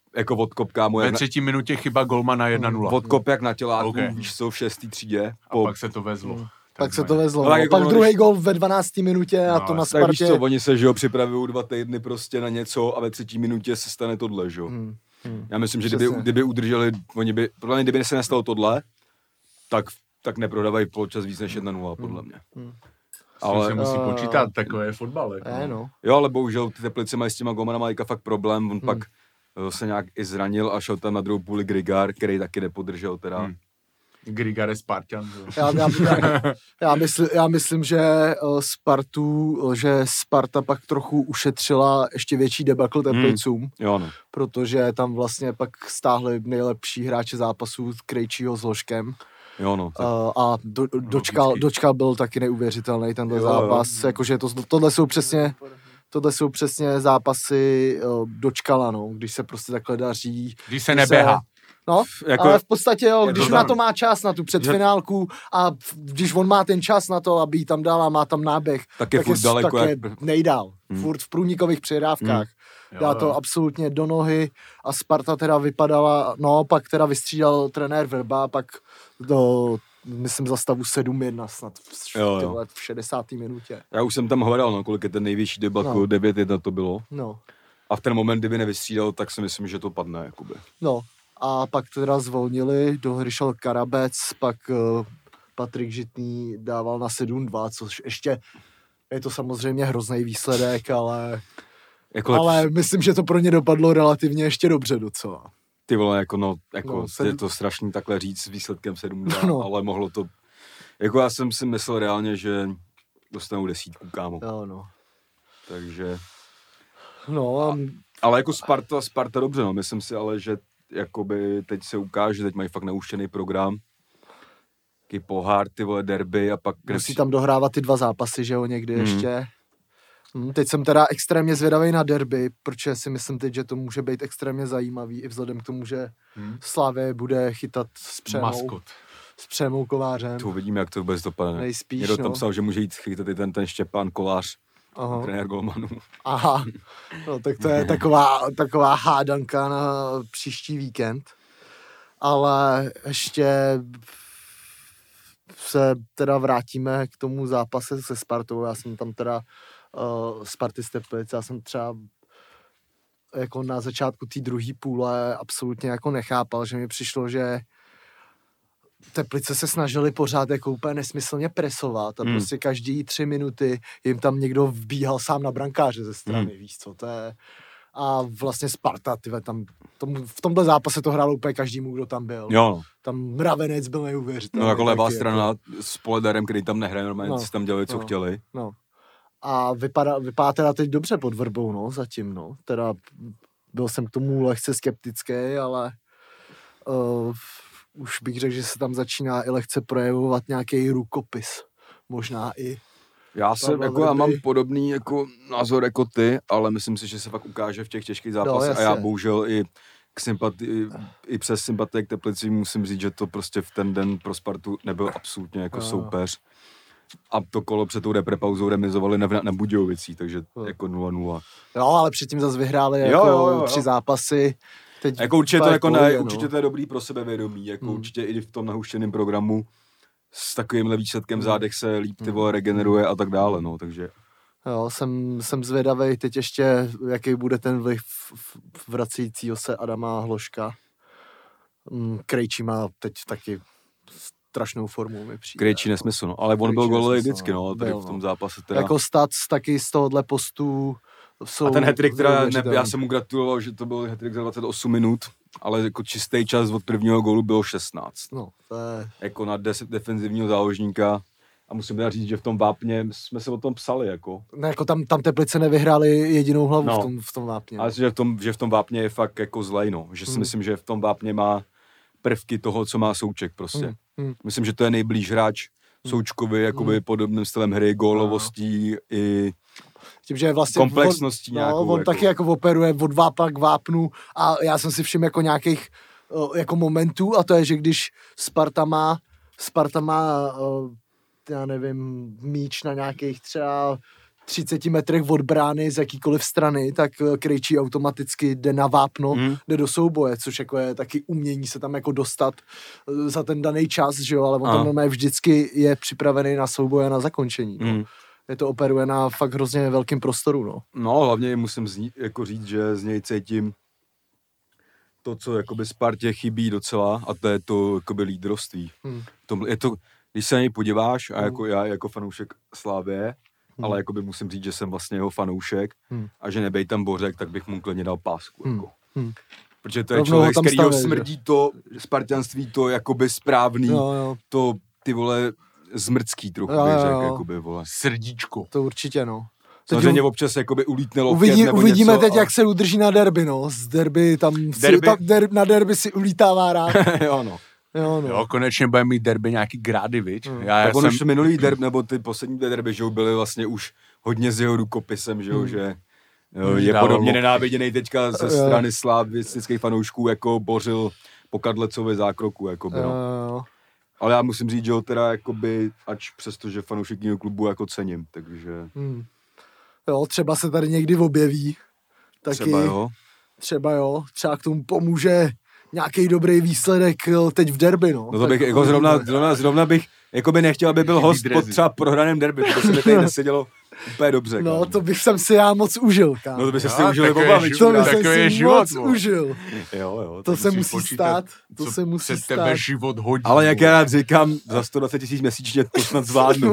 jako odkop, kámo. Ve třetí minutě chyba golmana jedna nula. Odkop jak na těláku, Okay. víš co, v šestý třídě. A po... pak se to vezlo. Hmm. Pak se to vezlo. No, no, jako pak ono, druhý když... gol ve dvanácté minutě a no, to na Spartě. Tak víš Spartě. co, oni se, že jo, připravují dva týdny prostě na něco a ve třetí minutě se stane tohle, že jo. Hmm. Hmm. Já myslím, že kdyby, kdyby udrželi, oni by, podle mě, kdyby se nestalo tohle, tak, tak neprodávají poločas víc než jedna nula, podle mě. Hmm. Ale se musí uh, počítat, takové je fotbal. Jako. Je, no. Jo, ale bohužel ty Teplice mají s těma golmanama teďka fakt problém, on Hmm. pak se nějak i zranil a šel tam na druhou půli Grigar, který taky nepodržel teda. Hmm. Grigar je Spartan. Já, já, já, já, mysl, já myslím, že uh, Spartu, že Sparta pak trochu ušetřila ještě větší debakl Teplicům, hmm. Jo, no. protože tam vlastně pak stáhli nejlepší hráče zápasů Krejčího s Ložkem. Jo, no. Tak... Uh, a do, dočkal, dočkal byl taky neuvěřitelný tenhle jo, zápas, jo. Jakože to, tohle jsou přesně tohle jsou přesně zápasy uh, dočkala, no, když se prostě takhle daří. Když se neběhá. No, jako, ale v podstatě jo, když to na to má čas, na tu předfinálku a když on má ten čas na to, aby ji tam dal a má tam náběh, tak je, tak furt je, daleko, tak jak... je nejdál. Hmm. Furt v průnikových přihrávkách. Hmm. Dá to absolutně do nohy a Sparta teda vypadala, no pak teda vystřídal trenér Vrba, pak do, myslím, za stavu sedm jedna snad v, jo, jo. v šedesáté minutě. Já už jsem tam hledal, no, kolik je ten největší debakl, no. devět jedna to bylo. No. A v ten moment, kdyby nevystřídal, tak si myslím, že to padne, jakoby. No. A pak teda zvolnili, do hry šel Karabec, pak uh, Patrik Žitný dával na sedm dva, což ještě je to samozřejmě hrozný výsledek, ale, jako ale lepší. Myslím, že to pro ně dopadlo relativně ještě dobře docela. Ty vole, jako no, jako no, je sedm... to strašný takhle říct s výsledkem sedm dva, no. Ale mohlo to, jako já jsem si myslel reálně, že dostanou desítku, kámo. Jo, no. Takže... No a... Ale jako Sparta, Sparta dobře, no, myslím si ale, že jakoby teď se ukáže, teď mají fakt nauštěný program. Taký pohár, ty vole, derby a pak... Musí tam dohrávat ty dva zápasy, že jo, někdy hmm. ještě. Hmm, teď jsem teda extrémně zvědavý na derby, protože si myslím teď, že to může být extrémně zajímavý, i vzhledem k tomu, že hmm. Slávě bude chytat s Přemou. Maskot. S Přemou Kolářem. To uvidíme, jak to vůbec dopadne. Nejspíš, Někdo no. tam psal, že může jít chytat i ten, ten Štěpán Kolář. Aha. Trenér golmanů. Aha, no tak to je taková, taková hádanka na příští víkend. Ale ještě se teda vrátíme k tomu zápase se Spartou. Já jsem tam teda uh, Sparty z Teplic, já jsem třeba jako na začátku té druhé půle absolutně jako nechápal, že mi přišlo, že Teplice se snažili pořád jako úplně nesmyslně presovat a hmm. prostě každý tři minuty jim tam někdo vbíhal sám na brankáře ze strany, hmm. víš co, to je... A vlastně Sparta, tyhle, tam, tom, v tomhle zápase to hrálo úplně každému, kdo tam byl. Jo. Tam Mravenec byl neuvěřitelný. No jako levá strana jako... s Poledarem, který tam nehraje, normálně no. si tam dělali, co no. chtěli. No. A vypadá, vypadá teda teď dobře pod Vrbou, no, zatím, no. Teda byl jsem k tomu lehce skeptický, ale... Uh, už bych řekl, že se tam začíná i lehce projevovat nějaký rukopis. Možná i... Já jsem, jako já mám podobný jako názor jako ty, ale myslím si, že se fakt ukáže v těch těžkých zápasech no, a já bohužel i, k sympatii, i přes sympatii k Teplicím musím říct, že to prostě v ten den pro Spartu nebyl absolutně jako no. soupeř. A to kolo před tou reprepauzou remizovali na, na Budějovicích, takže no. jako nula nula. Jo, ale předtím zase vyhráli jako jo, jo, jo, jo. tři zápasy. Teď jako určitě to, jako ne, no. určitě to je dobrý pro sebevědomí, jako hmm. určitě i v tom nahuštěném programu s takovýmhle výsledkem v zádech se líp ty vole regeneruje a tak dále, no, takže... Jo, jsem, jsem zvědavej teď ještě, jaký bude ten vliv vracejícího se Adama Hloška. Krejčí má teď taky strašnou formu, mi přijde. Krejčí nesmysl, no, ale on Krejčí byl golový vždycky, no, tady byl, v tom zápase teda... Jako Stac taky z tohohle postu... A ten hat-trick, teda ne, já jsem mu gratuloval, že to byl hat-trick za dvacet osm minut, ale jako čistý čas od prvního gólu bylo šestnáct. No, to je... Jako na deset defenzivního záložníka a musím teda říct, že v tom vápně jsme se o tom psali, jako. Ne, jako tam, tam Teplice nevyhráli jedinou hlavu no, v, tom, v tom vápně. Ale že v tom, že v tom vápně je fakt jako zlej, no. Že si hmm. myslím, že v tom vápně má prvky toho, co má Souček prostě. Hmm. Hmm. Myslím, že to je nejblíž hráč Součkovi, jakoby hmm. podobným stylem hry, gólovostí no. i... Tím, že vlastně komplexností on, nějakou. No, on jako. taky jako operuje od vápna k vápnu a já jsem si všiml jako nějakých jako momentů a to je, že když Sparta má Sparta má, já nevím, míč na nějakých třeba třicet metrech od brány z jakýkoliv strany, tak Krejčí automaticky jde na vápno, mm. jde do souboje, což jako je taky umění se tam jako dostat za ten daný čas, že jo, ale on tam normálně vždycky je připravený na souboje a na zakončení. No. Mm. Je to operuje na fakt hrozně velkým prostoru, no. No, hlavně musím zní, jako říct, že z něj cítím to, co jakoby Spartě chybí docela, a to je to jakoby lídrovství. Hmm. To, je to, když se na něj podíváš, a jako já jako fanoušek Slávie, hmm. ale jakoby musím říct, že jsem vlastně jeho fanoušek hmm. a že nebej tam Bořek, tak bych mu klidně dal pásku. Hmm. Jako. Hmm. Protože to je Rovnou člověk, z kterýho stavě, smrdí že? To spartianství, to jakoby správný, jo, jo. to ty vole zmrdský trochu, jo, bych jo, řekl, jo. jakoby, vole. Srdíčko. To určitě, no. Samozřejmě občas jakoby ulítne loket Uvidí, nebo uvidíme něco, teď, ale... jak se udrží na derby, no. Z derby tam, derby? Si, tam der, na derby si ulítává rád. jo, no. Jo, no. Jo, konečně budeme mít derby nějaký grády, viď? Hmm. Já, tak já on jsem... už minulý derby, nebo ty poslední derby, že jo, byly vlastně už hodně s jeho rukopisem, že jo, hmm. že jo, je Dával podobně loky. nenáviděnej teďka ze strany slavistických fanoušků, jako Bořil po Kadlecově zákroku, jako bylo. Jo. Ale já musím říct, že ho teda jakoby, ač přesto, že fanoušek jiného klubu jako cením, takže... Hmm. Jo, třeba se tady někdy objeví. Taky, třeba jo. Třeba jo, třeba k tomu pomůže nějaký dobrý výsledek teď v derby, no. No to bych, jako zrovna, zrovna, zrovna bych, jako by nechtěl, aby byl host pod třeba prohraném derby, to se mi tady nesedělo úplně dobře. No, kámo. to bych jsem si já moc užil, kámo. No to by se Jo, si užili takový oba, je víš, To bych takový jsem je si život, moc no. užil. Jo, jo. To se musíš musí počítat, stát, to co se musí se stát. tebe život hodí. Ale jak já rád říkám, za sto dvacet tisíc měsíčně to snad zvládnu.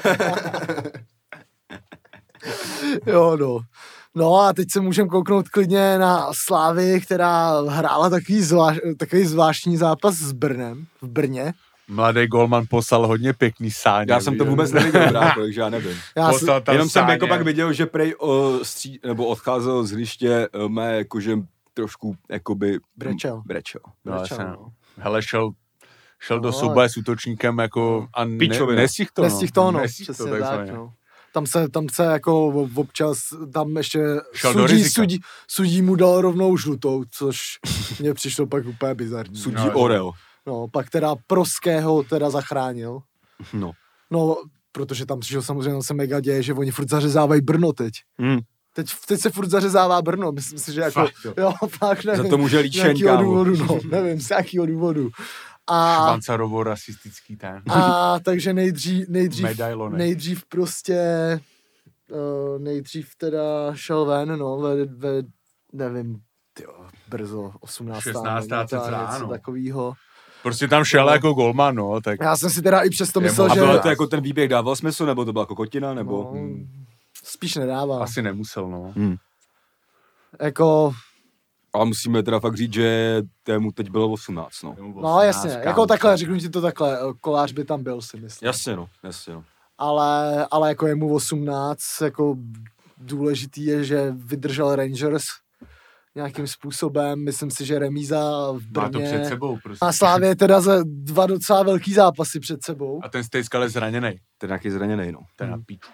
Jo, no. No a teď se můžeme kouknout klidně na Slávy, která hrála takový, zvláš, takový zvláštní zápas s Brnem, v Brně. Mladý golman poslal hodně pěkný sáně. Já jsem to vůbec neviděl, brácho, takže já nevím. Já si, Poslal tam Jenom jsem sáně. jako pak viděl, že prej o, stří, nebo odcházel z hřiště, o, mé jakože trošku jakoby... Brečel. Brečel. No, Brečel, jsem- no. Hele, šel, šel do No, souboje s útočníkem jako a ne, Pičovina. nestih to, Nestih to, no, Nestih to, přesně tak, takzvaně. no. Tam se, tam se jako občas, tam ještě Šel do sudí, rizika. sudí, sudí mu dal rovnou žlutou, což mně přišlo pak úplně bizarní. Sudí No, Orel. No, pak teda Proského teda zachránil. No. No, protože tam přišel samozřejmě se mega děje, že oni furt zařezávají Brno teď. Hmm. Teď, teď se furt zařezává Brno, myslím si, že jako, Fakt, jo. jo, fakt nevím. Za to může z Líčen, jakýho kámo. důvodu, no, nevím, z jakýho důvodu. A, Švancarovo rasistický ten. a takže nejdřív, nejdřív, Medailonek. nejdřív prostě, uh, nejdřív teda šel ven, no, ve, ve nevím, tyjo, brzo, osmnáctá šestnáctá minuta, cca, něco no. takovýho. Prostě tam šel No. jako golman, no, tak Já jsem si teda i přesto Je myslel, mu- A že... bylo to jako ten výběh dával smysl, nebo to byla kokotina, nebo... No, Hmm. spíš nedává. asi nemusel, no. Hmm. Jako, Ale musíme teda fakt říct, že tému teď bylo osmnáct, no. no jasně, jako takhle, řeknu ti to takhle, Kolář by tam byl, si myslím. Jasně, no, jasně, no. Ale, ale jako je mu osmnáct, jako důležitý je, že vydržel Rangers nějakým způsobem, myslím si, že remíza v Má to Brně. před sebou, prostě. A Slávě teda za dva docela velký zápasy před sebou. A ten Stejskal je zraněnej. Ten nějaký zraněnej, no. Ten Hmm. na píču.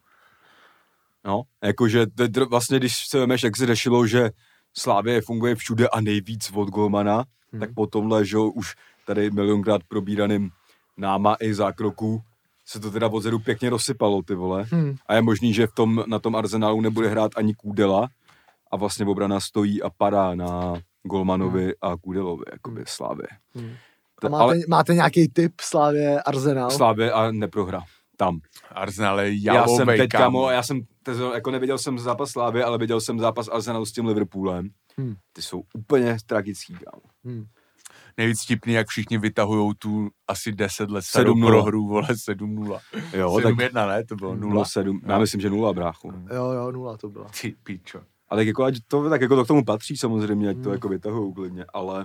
No, jakože teď vlastně, když se vemeš, jak se řešilo, že Slávě funguje všude a nejvíc od golmana, hmm. tak po tomhle, že jo, už tady milionkrát probíraným náma i zákroku se to teda odzadu pěkně rozsypalo, ty vole. Hmm. A je možný, že v tom, na tom Arsenálu nebude hrát ani Kůdela a vlastně obrana stojí a padá na golmanovi hmm. a Kůdelovi, jakoby Slávě. Hmm. To- A máte, ale máte nějaký tip Slávě Arsenal? Slávě a neprohra. Tam. Arsenal je Já jalovej, jsem teď, kámo. kámo, já jsem, tezo, jako neviděl jsem zápas Slávy, ale viděl jsem zápas Arsenalu s tím Liverpoolem. Hmm. Ty jsou úplně tragický, kámo. Hmm. Nejvíc vtipný, jak všichni vytahujou tu asi deset let starou sedm nula. prohru, vole, sedm nula. Jo, sedm tak jedna, ne? To bylo nula. nula sedm, já myslím, že nula, bráchu. Jo, jo, nula to byla. Ty pičo. Ale tak jako, ať to, tak jako to k tomu patří samozřejmě, ať to Hmm. jako vytahujou klidně, ale...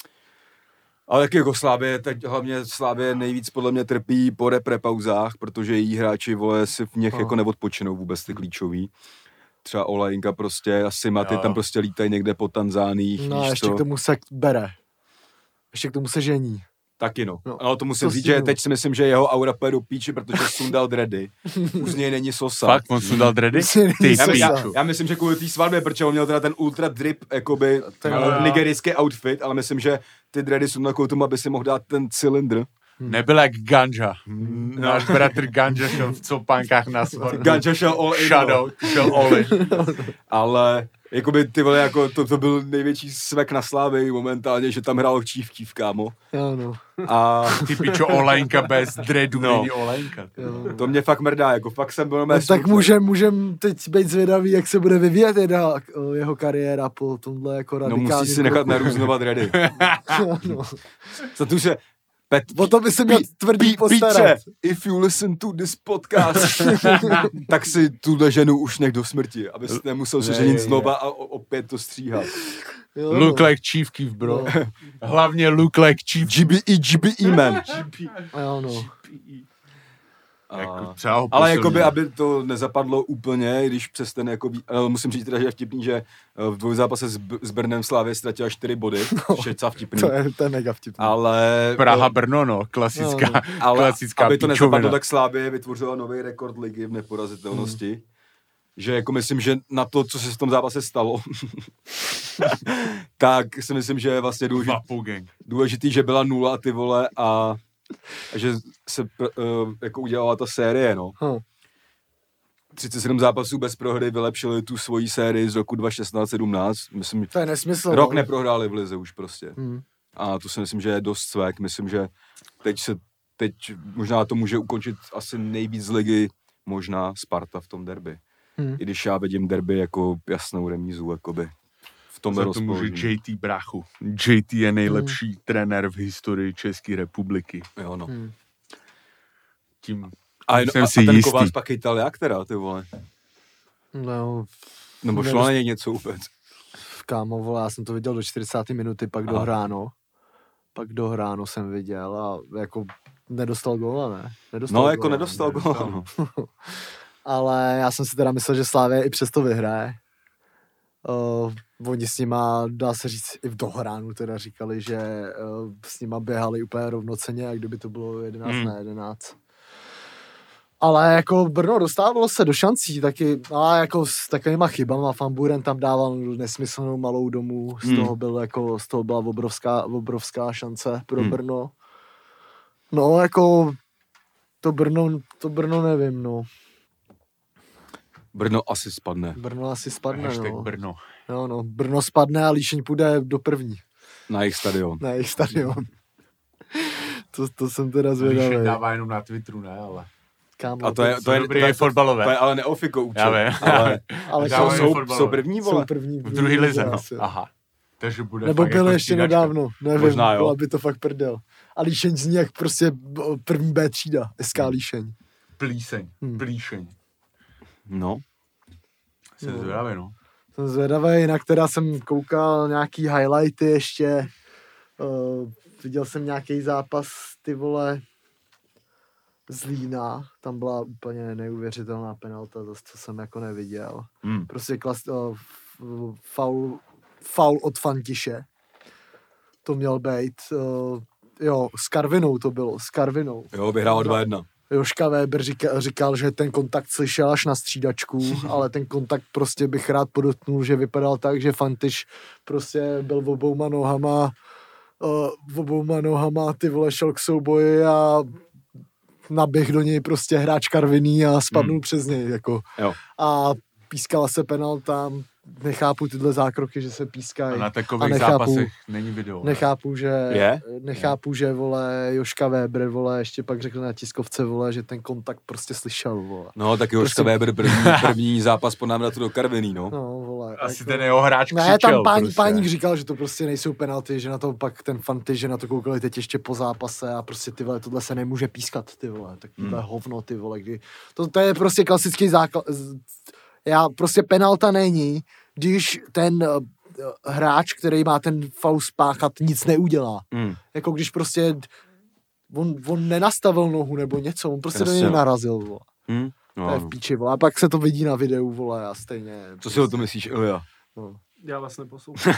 Ale jak jako Slávě, teď hlavně Slávě nejvíc podle mě trpí po reprepauzách, protože její hráči, vole, si v nich No. jako neodpočinou vůbec ty klíčový. Třeba Olajinka prostě, asi Maty Jo. tam prostě lítají někde po Tanzániích, No a víš ještě to. k tomu se bere. Ještě k tomu se žení. Taky no. No, no to musím to říct, si že no. teď si myslím, že jeho aura půjde do píči, protože sundal dready. Už z něj není sosa. Fakt, on sundal dready? Myslím, Ty Já, my- já, piču. já myslím, že kvůli té svatbě, protože on měl teda ten ultra drip, jakoby Ten- ten, nigerijský outfit, ale myslím, že ty dready jsou kvůli tomu, aby si mohl dát ten cylindr. Nebyl jak Ganja. Náš bratr Ganja šel v copánkách na svatbu. Ganja šel all in. Shadow, šel all in. Ale jakoby ty vole, jako to, to byl největší svek na Slávii momentálně, že tam hrál Chief Keef, kámo. Jo, no. A Ty pičo, Olejnka bez dreadu, No. není Olejnka. to mě fakt mrdá, jako fakt jsem byl No, tak můžem, můžem teď být zvědavý, jak se bude vyvíjet jedna, jeho kariéra po tomhle jako No radikálním musí si nechat kroku. narůznovat ready. no. Za tu se Pet, O to by se měl tvrdý postarat. Píče, if you listen to this podcast, tak si tuhle ženu už nech do smrti, abys nemusel se ženit znova a opět to stříhat. Jo, Look no. like Chief Keef, bro. Hlavně look like Chief G B E, G B E, man. Jo, no. A, Jako třeba ho ale posilní. jakoby, aby to nezapadlo úplně, když přes ten, jako, musím říct teda, že je vtipný, že v dvojzápase s, B- s Brnem Slávě ztratila čtyři body, no, což je docela vtipný. To je, to je mega vtipný. Ale, Praha, Brno, no, klasická, No, ale klasická aby to pičovina. nezapadlo, tak Slávě vytvořila nový rekord ligy v neporazitelnosti. Hmm. Že jako myslím, že na to, co se v tom zápase stalo, tak si myslím, že je vlastně důležitý, Vapu gang. důležitý, že byla nula, ty vole, a, a že se uh, jako udělala ta série, no. Hm. třicet sedm zápasů bez prohry vylepšili tu svoji sérii z roku dva tisíce šestnáct sedmnáct. Myslím, To je nesmysl. rok no. neprohráli v lize už prostě. Hm. A to si myslím, že je dost svek. Myslím, že teď se, teď možná to může ukončit asi nejvíc z ligy, možná Sparta v tom derby. Hm. I když já vidím derby jako jasnou remízu, jakoby v tomhle Za to může rozpoložení. J T bráchu. J T je nejlepší hmm. trenér v historii České republiky. Jo, no. Hm. Tím A, jen, jsem a, si a ten jistý. Kovář pak chytal jak teda, ty vole? No, Nebo šlo na něj něco vůbec? kámo, vole, já jsem to viděl do čtyřicáté minuty, pak Aha. dohráno. Pak dohráno jsem viděl a jako nedostal góla, ne? Nedostal No, jako góla, nedostal ne? gól, no. Ale já jsem si teda myslel, že Slávě i přesto vyhraje. Uh, oni s nima, dá se říct, i v dohránu teda říkali, že uh, s nima běhali úplně rovnocenně, jak kdyby to bylo jedenáct Hmm. na jedenáct. Ale jako Brno dostávalo se do šancí taky, ale jako s takovýma chybama. Van Buren tam dával nesmyslnou malou domů, z Hmm. toho, byl jako, z toho byla obrovská, obrovská šance pro Hmm. Brno. No jako to Brno, to Brno nevím, no. Brno asi spadne Brno asi spadne, hashtag no. Brno. No, no. Brno spadne a Líšeň půjde do první. na jejich stadion. Na jejich stadion. to, to jsem teda Líšek zvědavý. dává jenom na Twitteru, ne, ale... Kámo, A to je, to je, dobrý to je, fotbalové. to je ale neofiko účet. Já vím. Ale, ale dává jsou, je jsou, fotbalové. jsou první, jsou vole. první V druhé lize, no. asi. Aha. Takže bude Nebo fakt byly jako ještě střídačka. nedávno, nevím, Možná jo. byla by to fakt prdel. A Líšeň zní jak prostě první B třída, S K Líšeň. Plíseň, Hmm. plíšeň. No. Jsem No. zvědavý, no. Jsem zvědavý, jinak teda jsem koukal nějaký highlighty ještě. Uh, viděl jsem nějaký zápas, ty vole, z Lína. Tam byla úplně neuvěřitelná penalta, zase co jsem jako neviděl. Hmm. Prostě klas, uh, faul, faul od Fantiše. To měl být. Uh, jo, s Karvinou to bylo, s Karvinou. Jo, vyhrál dva jedna. Joška Weber říkal, říkal, že ten kontakt slyšel až na střídačku, ale ten kontakt prostě bych rád podotknul, že vypadal tak, že Fantiš prostě byl v obouma nohama, uh, v obouma nohama ty vole šel k souboji a naběh do něj prostě hráč Karviný a spadnul Hmm. přes něj, jako. Jo. A pískala se penalta, nechápu tyhle zákroky, že se A pískají. na A takových nechápu- zápasech není video. ne? Nechápu, že, Je? nechápu, že, vole, Joška Weber, vole, ještě pak řekl na tiskovce, vole, že ten kontakt prostě slyšel, vole. No, tak Joška Prostě- Weber první, první zápas po návratu do Karviný, no. No, vole. Asi jako... ten jeho hráč křičel. Ne, tam pán, prostě. páník říkal, že to prostě nejsou penalty, že na to pak ten Fanty, že na to koukali teď ještě po zápase a prostě ty vole, tohle se nemůže pískat, ty vole, takovýhle Hmm. hovno, ty vole, kdy... To, to je prostě klasický základ, já prostě penalta není, když ten uh, hráč, který má ten faul spáchat, nic neudělá. Hmm. Jako když prostě on, on nenastavil nohu nebo něco, on prostě do Jasně. něj narazil, vole. Hmm. To je No. v píči, vole. A pak se to vidí na videu, vole, a stejně. Co si o tom myslíš, Ilja? No. Já vás neposlouchám.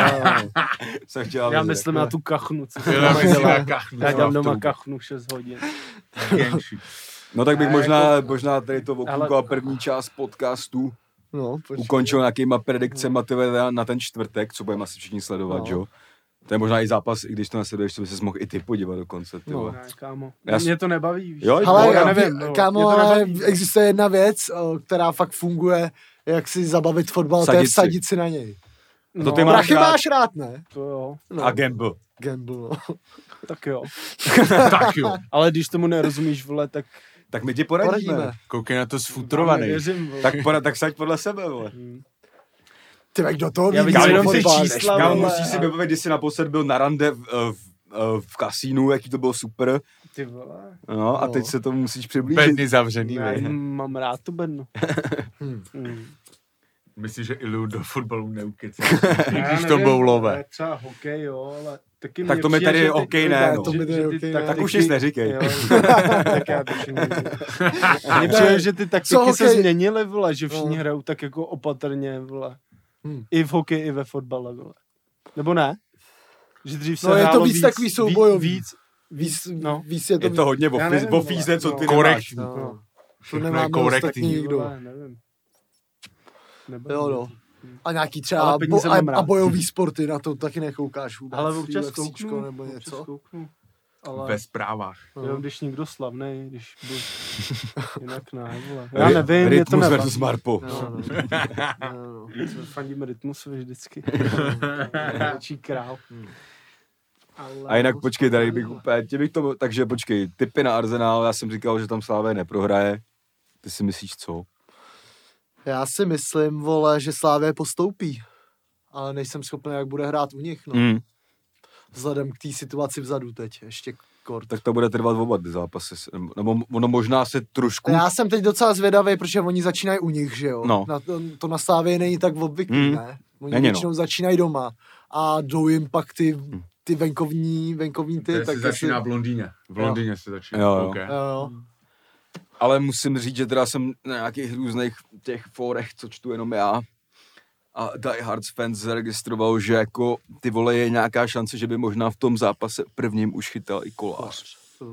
Jsem chtěl, Já aby myslím na tu kachnu, co Já jsem myslím dělal. na kachnu. Já dělám v doma tom kachnu šest hodin. genši. No tak bych Ne, možná, jako- možná tady to okénko a první část podcastu No, počkej. ukončil nějakýma predikcema tyhle na ten čtvrtek, co budeme asi všichni sledovat, No. jo? To je možná i zápas, i když to nasleduješ, co by ses mohl i ty podívat dokonce. Ty No. Ne, kámo. Já Mě to nebaví, víš. Jo, Ale já já nevím, nevím, no. kámo, Mě to ale nebaví. existuje jedna věc, o, která fakt funguje, jak si zabavit fotbal, to je Vsadit si. vsadit si na něj. To ty máš Prachy rád. máš rád, ne? To jo, No. A gamble. Gamble, no. tak jo. Tak jo. Ale když tomu nerozumíš, vole, tak... Tak my ti poradíme. Poradíme. Koukej na to sfutrovaný. Nevěřím, vole. Tak, poda, tak saď podle sebe, vole. Ty, jak do toho Já ví, vidím víc o jenom ty fotbale. čísla, Kámo, vole. musíš si vybavit, když jsi naposled byl na rande v, v, v, v kasínu, jaký to bylo super. Ty vole. No, a No. teď se tomu musíš přiblížit. Bedny zavřený, Já vej. mám rád tu bednu. Hmm. Hmm. Myslím, že Ilu do fotbalu neukecá. I Já když to nevím, boulové. ale třeba hokej, jo, ale taky Tak mně to mi přijde, tady že je ty- hokej, že- ne, že- no. To mi tady že je ty hokej, ne. Tak taktiky- už nic neříkej. Jo, tak já to všichni Mně přijde, že ty taktiky Co se hokej? změnily, vole, že všichni No. hrajou tak jako opatrně, vole. Hmm. I v hokeji, i ve fotbale, vole. Nebo ne? Že dřív se No, je to hrálo víc takový soubojový. Víc, Víc, no. víc je to, Je to hodně Já ofíz, nevím, ofízne, co vole, ty no. nemáš. Korektní. no. No. To Všechno je nemáme korektní. ostatní nikdo. Vole, nevím. Nebaví Jo, mě no. to. A nějaký třeba Ale peníze bo, mám a, rád. a bojový sporty, na to taky nekoukáš vůbec. Ale občas UFCčko kouknu, nebo občas něco. kouknu. Ale Ve zprávách. jenom když někdo slavnej, když byl jinak ne, vole. Já nevím, mě to Rytmus nebaví. versus Marpo. No, no. No, no. My fandíme Rytmusovi vždycky. Největší král. Ale A jinak počkej, tady bych úplně, tě bych to, takže počkej, tipy na Arsenal, já jsem říkal, že tam Slávě neprohraje. Ty si myslíš co? Já si myslím, vole, že Slávě postoupí. Ale nejsem schopný, jak bude hrát u nich, no. Mm. Vzhledem k té situaci vzadu teď, ještě kort. Tak to bude trvat oba ty zápasy, nebo ono možná se trošku... Já jsem teď docela zvědavý, protože oni začínají u nich, že jo? No. Na to, to na Slávě není tak obvyklý, Mm. ne? Oni Není, no. většinou začínají doma a jdou jim pak ty, ty venkovní, venkovní ty, To tak se začíná v Londýně. V Londýně se začíná. Jo, jo. Okay. Jo, jo. Ale musím říct, že teda jsem na nějakých různých těch fórech, co čtu jenom já, a Die Hards fans zaregistroval, že jako ty vole je nějaká šance, že by možná v tom zápase prvním už chytal i Kolář. Jo.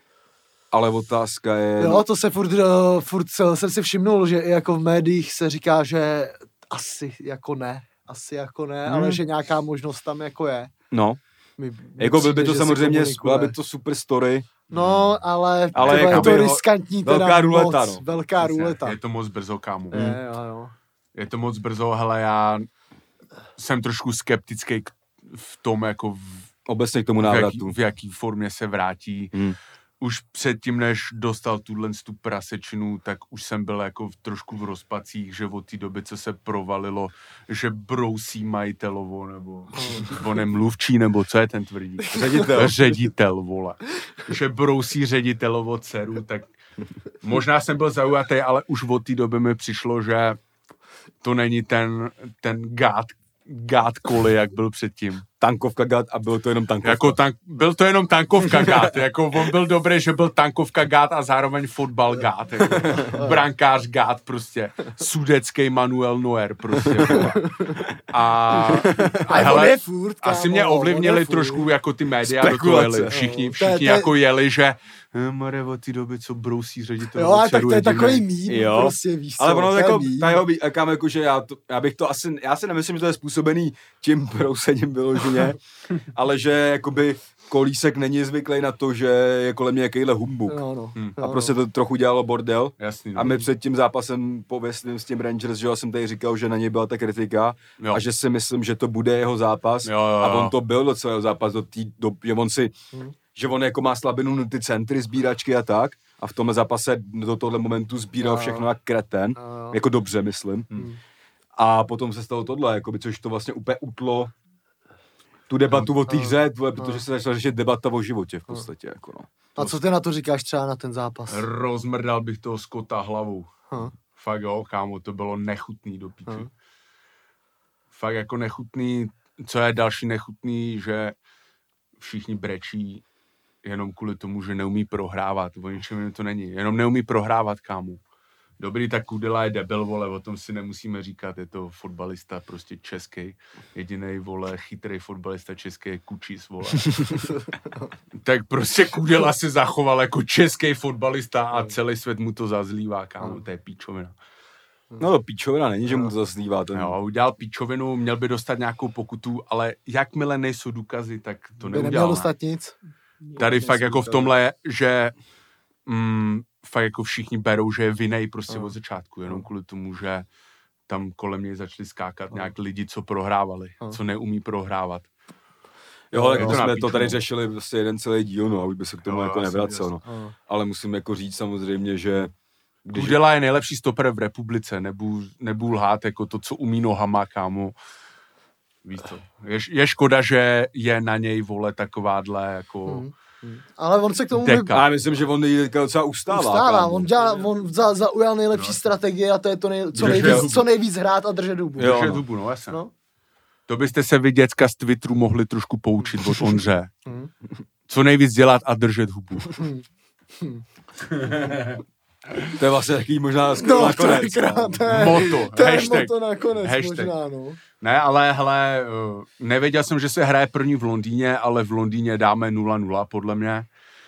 Ale otázka je... Jo, to se furt, uh, furt uh, jsem si všimnul, že i jako v médiích se říká, že asi jako ne, asi jako ne, Hmm. ale že nějaká možnost tam jako je. No, Mi, mi jako byl by přijde, to že se samozřejmě, komunikuje. byla by to super story. No, ale, Ale ale je jako to by ho- riskantní teda velká ruleta, moc, no. velká Přesně, ruleta. Je to moc brzo, kámo. Je, jo, jo. Je to moc brzo, hele, já jsem trošku skeptický k- v tom, jako v, Obecně k tomu v, jaký, návratu. v jaký formě se vrátí. Hmm. Už předtím, než dostal tuhle tu prasečinu, tak už jsem byl jako v, trošku v rozpacích, že od té doby, co se provalilo, že brousí majitelovo, nebo on je mluvčí, nebo co je ten tvrdík? Ředitel. Ředitel, vole. Že brousí ředitelovo dceru, tak možná jsem byl zaujatý, ale už od té doby mi přišlo, že to není ten, ten gát, gát koli, jak byl předtím. Tankovka gad a bylo to jenom tankovka. Jako tank, byl to jenom tankovka gát, jako on byl dobrý, že byl tankovka gát a zároveň fotbal gát, jako brankář gát prostě, sudecký Manuel Neuer prostě. Vole. A, A hele, on je furt, asi kámo, mě on je ovlivnili furt. trošku jako ty média do toho Spekulace. jeli. Všichni, To je- všichni to je- jako jeli, že "Eh, Mare, od té doby, co brousí ředitel. Jo, ale tak to je takový mím, Jo. prostě víš co, Ale ono to je jako, mím. ta jeho, bí- kam jako, že já, to, já bych to asi, já si nemyslím, že to je způsobený tím brousením vyloženě, ale že jakoby Kolísek není zvyklý na to, že je kolem mě jakýhle humbuk. No, no. Hmm. A prostě to trochu dělalo bordel. Jasný, no. A my před tím zápasem pověstným s tím Rangers, že já jsem tady říkal, že na něj byla ta kritika Jo. a že si myslím, že to bude jeho zápas. Jo, jo, jo. A on to byl docela jeho zápas, do tý, do, že on si, Hmm. že on jako má slabinu na ty centry, sbíračky a tak. A v tomhle zápase do tohle momentu sbíral Jo. všechno jak kreten. Jo. Jako dobře, myslím. Hmm. A potom se stalo tohle, jakoby, což to vlastně úplně utlo tu debatu o té hře, vole, protože se začala řešit debata o životě v podstatě. Jako no. A co ty na to říkáš třeba na ten zápas? Rozmrdal bych toho Scotta hlavou. Hm. Fakt jo, kámo, to bylo nechutný do píči. Hm. Fakt jako nechutný, co je další nechutný, že všichni brečí jenom kvůli tomu, že neumí prohrávat. O ničem jiném to není. Jenom neumí prohrávat, kámo. Dobrý, tak Kudela je debil, vole, o tom si nemusíme říkat, je to fotbalista prostě český. Jedinej, vole, chytrý fotbalista český je Kučis, vole. Tak prostě Kudela se zachoval jako český fotbalista a celý svět mu to zazlívá, kámo, to je píčovina. No to píčovina není, že mu to zaslívá. Ten... Jo, udělal píčovinu, měl by dostat nějakou pokutu, ale jakmile nejsou důkazy, tak to By neudělá. neměl dostat nic. Tady fakt jako v tomhle, že mm, fakt jako všichni berou, že je vinej prostě no. od začátku, jenom kvůli tomu, že tam kolem něj začali skákat no. nějak lidi, co prohrávali, no. co neumí prohrávat. Jo, ale to to jsme napíču. to tady řešili prostě jeden celý díl, no, a už by se k tomu Jo, jako asi nevracel, no. No. Ale musím jako říct samozřejmě, že když... Kudela je nejlepší stoper v republice, nebudu, nebudu lhát, jako to, co umí nohama, kámo. Víš co? Je, je škoda, že je na něj, vole, takováhle, jako... Hmm. Hmm. Ale on se k tomu... Deka. A já myslím, že on teďka docela ustává. Ustává, kámo. on, dělá, on za, zaujal nejlepší No. strategii a to je to nej, co, Držet nejvíc, hubu. co nejvíc hrát a držet hubu. Jo, Držet no. hubu, no, jasně. No. To byste se vy, děcka z Twitteru, mohli trošku poučit od Ondře. Hmm. Co nejvíc dělat a držet hubu. To je vlastně takový možná skoro No, to nakonec. je, krát, to je, Moto, to je hashtag. moto nakonec Hashtag. možná, no. Ne, ale hele, uh, nevěděl jsem, že se hraje první v Londýně, ale v Londýně dáme nula nula podle mě.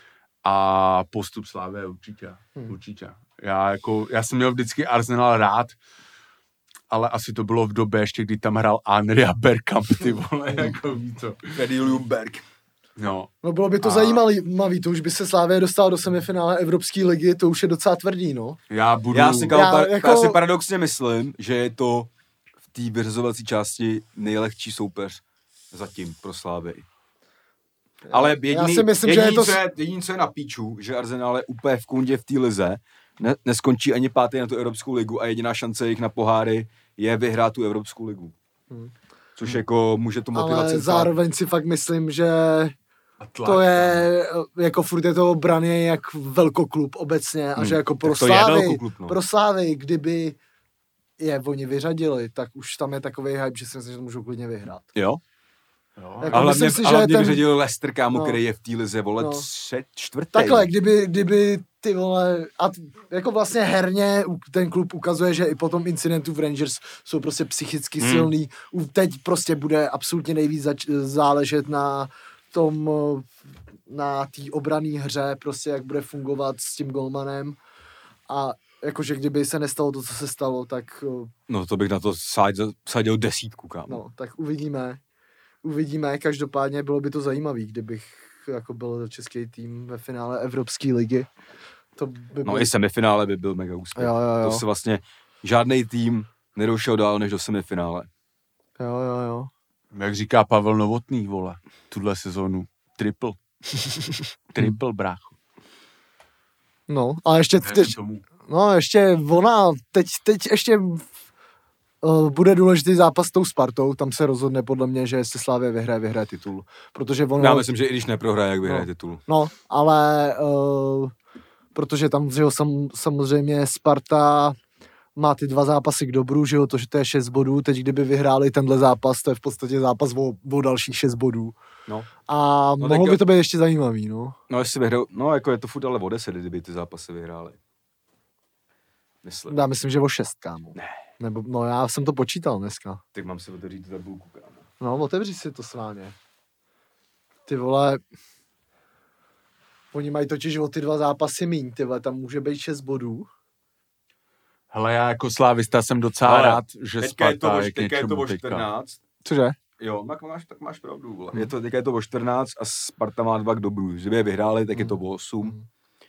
A postup Slávy určitě, Hmm. určitě. Já, jako, já jsem měl vždycky Arsenal rád, ale asi to bylo v době ještě, kdy tam hrál Henry a Bergkamp, ty vole, jako ví co. Freddy Ljungberg. No, No bylo by to A- zajímavý, to už by se Slavia dostal do semifinále Evropské ligy, to už je docela tvrdý, no. já budu... Já si, kámo, Já par- jako- já si paradoxně myslím, že je to v té vyřazovací části nejlehčí soupeř zatím pro Slávy. Ale jediný, Já si myslím, že jediný, je to... co je, jediný, co je na píču, že Arsenal je úplně v kundě v té lize, ne, neskončí ani pátý na tu Evropskou ligu a jediná šance jejich na poháry je vyhrát tu Evropskou ligu. Hmm. Což jako může tu motivaci... Ale docela- zároveň si fakt myslím, že A tlak, to je, jako furt je to braně jak velkoklub obecně a Hmm. že jako pro Tak to je Slávy, velkoklub, no. pro Slávy, kdyby je oni vyřadili, tak už tam je takový hype, že si myslím, že to můžou klidně vyhrát. Jo? Jo, Jako A myslím hlavně, si, a že hlavně ten- vyřadil Leicester, kámo, No. který je v té lize, vole, No. tři, čtvrtý. Takhle, kdyby, kdyby ty vole, a t, jako vlastně herně u- ten klub ukazuje, že i po tom incidentu v Rangers jsou prostě psychicky Hmm. silný. U, teď prostě bude absolutně nejvíc zač, záležet na tom, eh, na té obrané hře, prostě jak bude fungovat s tím golmanem. A jakože kdyby se nestalo to, co se stalo, tak eh, No to bych na to sadil, sadil desítku, kámo. no, tak uvidíme. Uvidíme, každopádně bylo by to zajímavý, kdybych jako byl český tým ve finále Evropské ligy. To by No bylo... i semifinále by byl mega úspěch. Jo, jo, jo. To se vlastně žádný tým nedošel dál než do semifinále. Jo, jo, jo. Jak říká Pavel Novotný, vole, tuhle sezónu triple. Triple, brácho. No, a ještě, Věř teď, tomu. no, ještě ona, teď, teď ještě uh, bude důležitý zápas s tou Spartou, tam se rozhodne podle mě, že jestli Slavia vyhraje, vyhraje titul. Protože ono, Já myslím, že i když neprohraje, jak vyhraje No. titul. no, ale uh, protože tam, že jo, sam, samozřejmě Sparta má ty dva zápasy k dobru, že jo, to, že to je šest bodů, teď kdyby vyhráli tenhle zápas, to je v podstatě zápas o, o dalších šest bodů. No. A No, no, tak mohlo jo. by to být ještě zajímavý, no. No jestli vyhrajou, no jako je to furt ale o deset, kdyby ty zápasy vyhráli. Myslím. Já myslím, že o šest, kámo. Ne. Nebo, no já jsem to počítal dneska. Tak mám si otevřít tu tabulku, kámo. No, otevři si to sváně. Ty vole, oni mají totiž o ty dva zápasy míň, ty vole, tam může být šest bodů. Hele, já jako slávista jsem docela Ale rád, že Teďka je to, Sparta o, je k teďka je to něčemu o teďka. čtrnáct. Cože? Jo, tak máš, tak máš pravdu, vole. Je to, teďka je to o čtrnáct a Sparta má dva k dobru. Kdyby je vyhráli, tak je to o osm. Mm.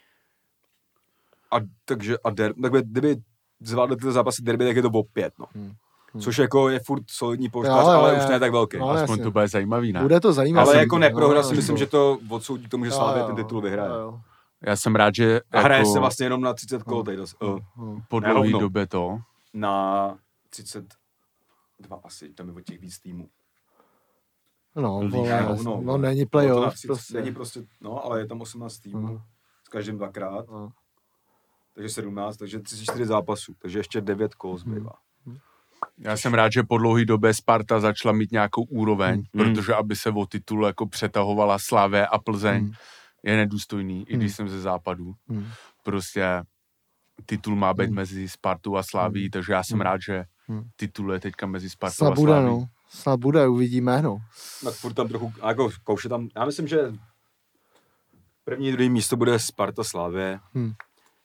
A takže, a der, tak by, kdyby zvládli tyto zápasy derby, tak je to o pět, no. Mm. Což jako je furt solidní Jo, pouškář, jo, ale jo. už ne tak velký. No, Aspoň jasně. to bude zajímavý, ne? Bude to zajímavé. Ale jako neprohra No, si myslím, že to odsoudí k tomu, že Jo, Slavia jo, ten titul vyhraje. jo, jo. Já jsem rád, že A hraje jako se vlastně jenom na třicet kol, tady dos, uh, No. po Ne, dlouhé hovno. době to. na třicet dva asi, tam je od těch víc týmů. No, Líž, vole, hovno, no, vole. není Bylo to na playoff, třicet, prostě. Není prostě, no, ale je tam osmnáct týmů, No. s každým dvakrát, No. takže sedmnáct, takže třicet čtyři zápasů, takže ještě devět kol zbývá. Já jsem rád, že po dlouhé době Sparta začala mít nějakou úroveň, Mm. protože aby se o titul jako přetahovala Slavia a Plzeň, Mm. je nedůstojný, i Mm. když jsem ze západu. Mm. Prostě titul má být Mm. mezi Spartou a Slaví, takže já jsem Mm. rád, že Mm. titul je teďka mezi Spartou Snad a bude, Slaví. no. Snad bude, uvidíme, no. Tak furt tam trochu, jako kouše tam, já myslím, že první, druhý místo bude Sparta Slavie, Hmm.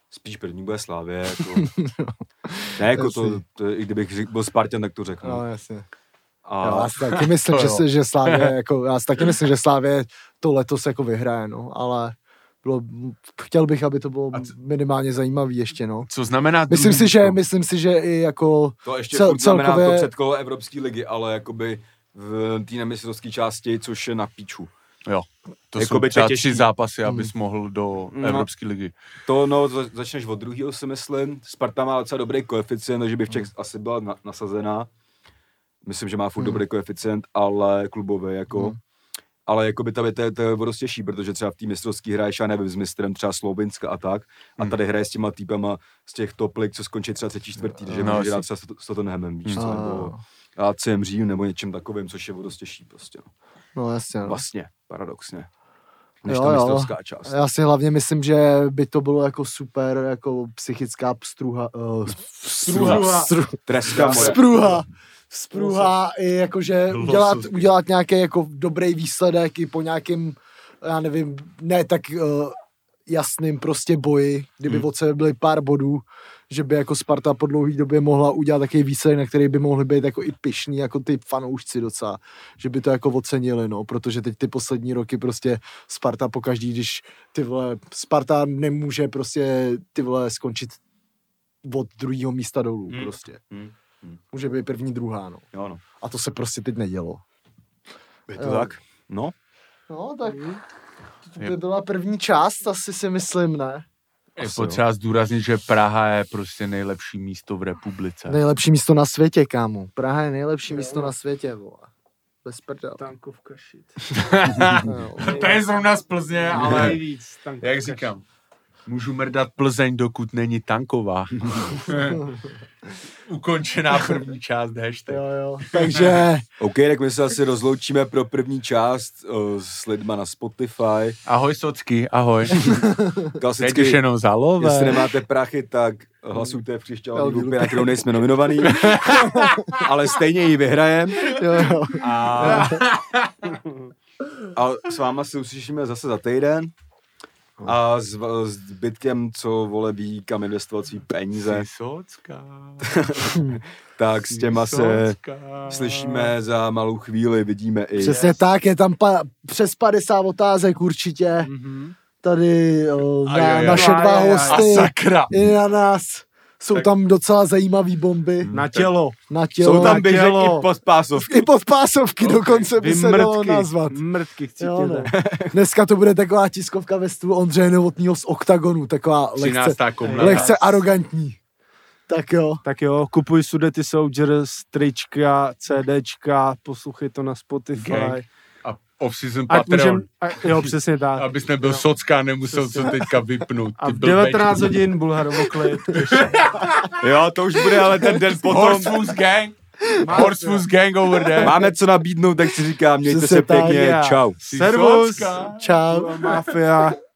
spíš první bude Slavie, jako. Ne, jako to, to, i kdybych řek, byl Spartan, tak to řeknu. No, jasně. A... Jo, já si taky myslím, že, se, že Slavie, jako, já si taky myslím, že Slavie to letos jako vyhraje, no, ale bylo, chtěl bych, aby to bylo c- minimálně zajímavý ještě, no. Co znamená Myslím druhý si, že, místo? myslím si, že i jako To ještě cel, furt znamená celkově... to předkolo Evropské ligy, ale jakoby v té nemistrovské části, což je na píču. Jo, to Jako jsou by třeba těžký. tři zápasy, abys mohl do No. Evropské ligy. To no, za- začneš od druhého, si myslím. Sparta má docela dobrý koeficient, takže by v Čech asi byla na, nasazená. Myslím, že má furt Hmm. dobrý koeficient, ale klubový jako. Hmm. Ale jako by to, to, je- to je dost těžší, protože třeba v té mistrovské hraješ, já nevím, s mistrem třeba Slovinska a tak. A Hmm. tady hraje s těma týpama z těch top lig, co skončí třeba třetí, čtvrtý, takže No, může asi. dát třeba s Tottenhamem, víš co, Hmm. nebo A C M Řím, nebo něčem takovým, což je dost těžší prostě. No. No jasně, no. Vlastně, paradoxně. Než Jo, ta jo. mistrovská část. Já si hlavně myslím, že by to bylo jako super, jako psychická pstruha, uh, Pstruha. stru, Treska, more. spruha, spruha i jakože Losovky. udělat, udělat nějaký jako dobrý výsledek i po nějakým, já nevím, ne tak uh, jasným prostě boji, kdyby Hmm. od sebe byly pár bodů, že by jako Sparta po dlouhé době mohla udělat takový výsledek, na který by mohli být jako i pyšný, jako ty fanoušci docela, že by to jako ocenili, no, protože teď ty poslední roky prostě Sparta pokaždý, když ty vole, Sparta nemůže prostě ty vole skončit od druhého místa dolů, Hmm. prostě. Hmm. Hmm. Může být první, druhá, no. Jo, no. A to se prostě teď nedělo. Je to Jo. tak? No. No, tak to Je- by byla první část, asi si myslím, ne? Je Asi potřeba zdůraznit, že Praha je prostě nejlepší místo v republice. Nejlepší místo na světě, kámo. Praha je nejlepší Jo. místo na světě, vole. Bez prdel. Tankovka shit. No. To je zrovna z Plzně, ale Nejvíc tankovka jak říkám, můžu mrdat Plzeň, dokud není tanková. Ukončená první část, hashtag. Jo, jo. Takže OK, tak my se asi rozloučíme pro první část uh, s lidma na Spotify. Ahoj socky, ahoj. Klasicky, Teď už jenom za love. jestli nemáte prachy, tak hlasujte v křišťálové Elvi lupě, na kterou nejsme nominovaný. Ale stejně ji vyhrajem. jo, jo. A, a s váma se uslyšíme zase za týden. A s, s zbytkem, co vole ví, kam investovat svý peníze, Jsi socka. tak s těma se Socka. slyšíme za malou chvíli, vidíme i. Přesně tak, je tam pa, přes padesát otázek určitě. Mhm. Tady o, na, Ajajaj. naše dva Ajajaj. A hosty sakra. i na nás. Jsou Tak- tam docela zajímavý bomby Na tělo. na tělo. Jsou tam na běžek tělo. i podpásovky. I podpásovky Ok. dokonce by Vy se dalo mrtky. nazvat. Mrtky Jo, no. chcíte. Dneska to bude taková tiskovka ve stylu Ondřeje Novotnýho z Oktagonu, taková lehce, třináctá komnata. lehce arrogantní. Tak jo. Tak jo, kupuj Sudety Soldiers, trička, CDčka, poslouchej to na Spotify. Gang. A off-season Ať Patreon. můžem, a, jo, přesně tak. Abys nebyl socka, nemusel Přesně. to teďka vypnout. A Ty v blbečku. devatenáct hodin Bulharovoklip. Jo, to už bude ale ten den potom. Horsefools gang. Horsefools gang over there. Máme co nabídnout, tak si říkám, mějte Přesně se tak, pěkně, já. čau. Jsi Servus. socka. Čau. Mafia.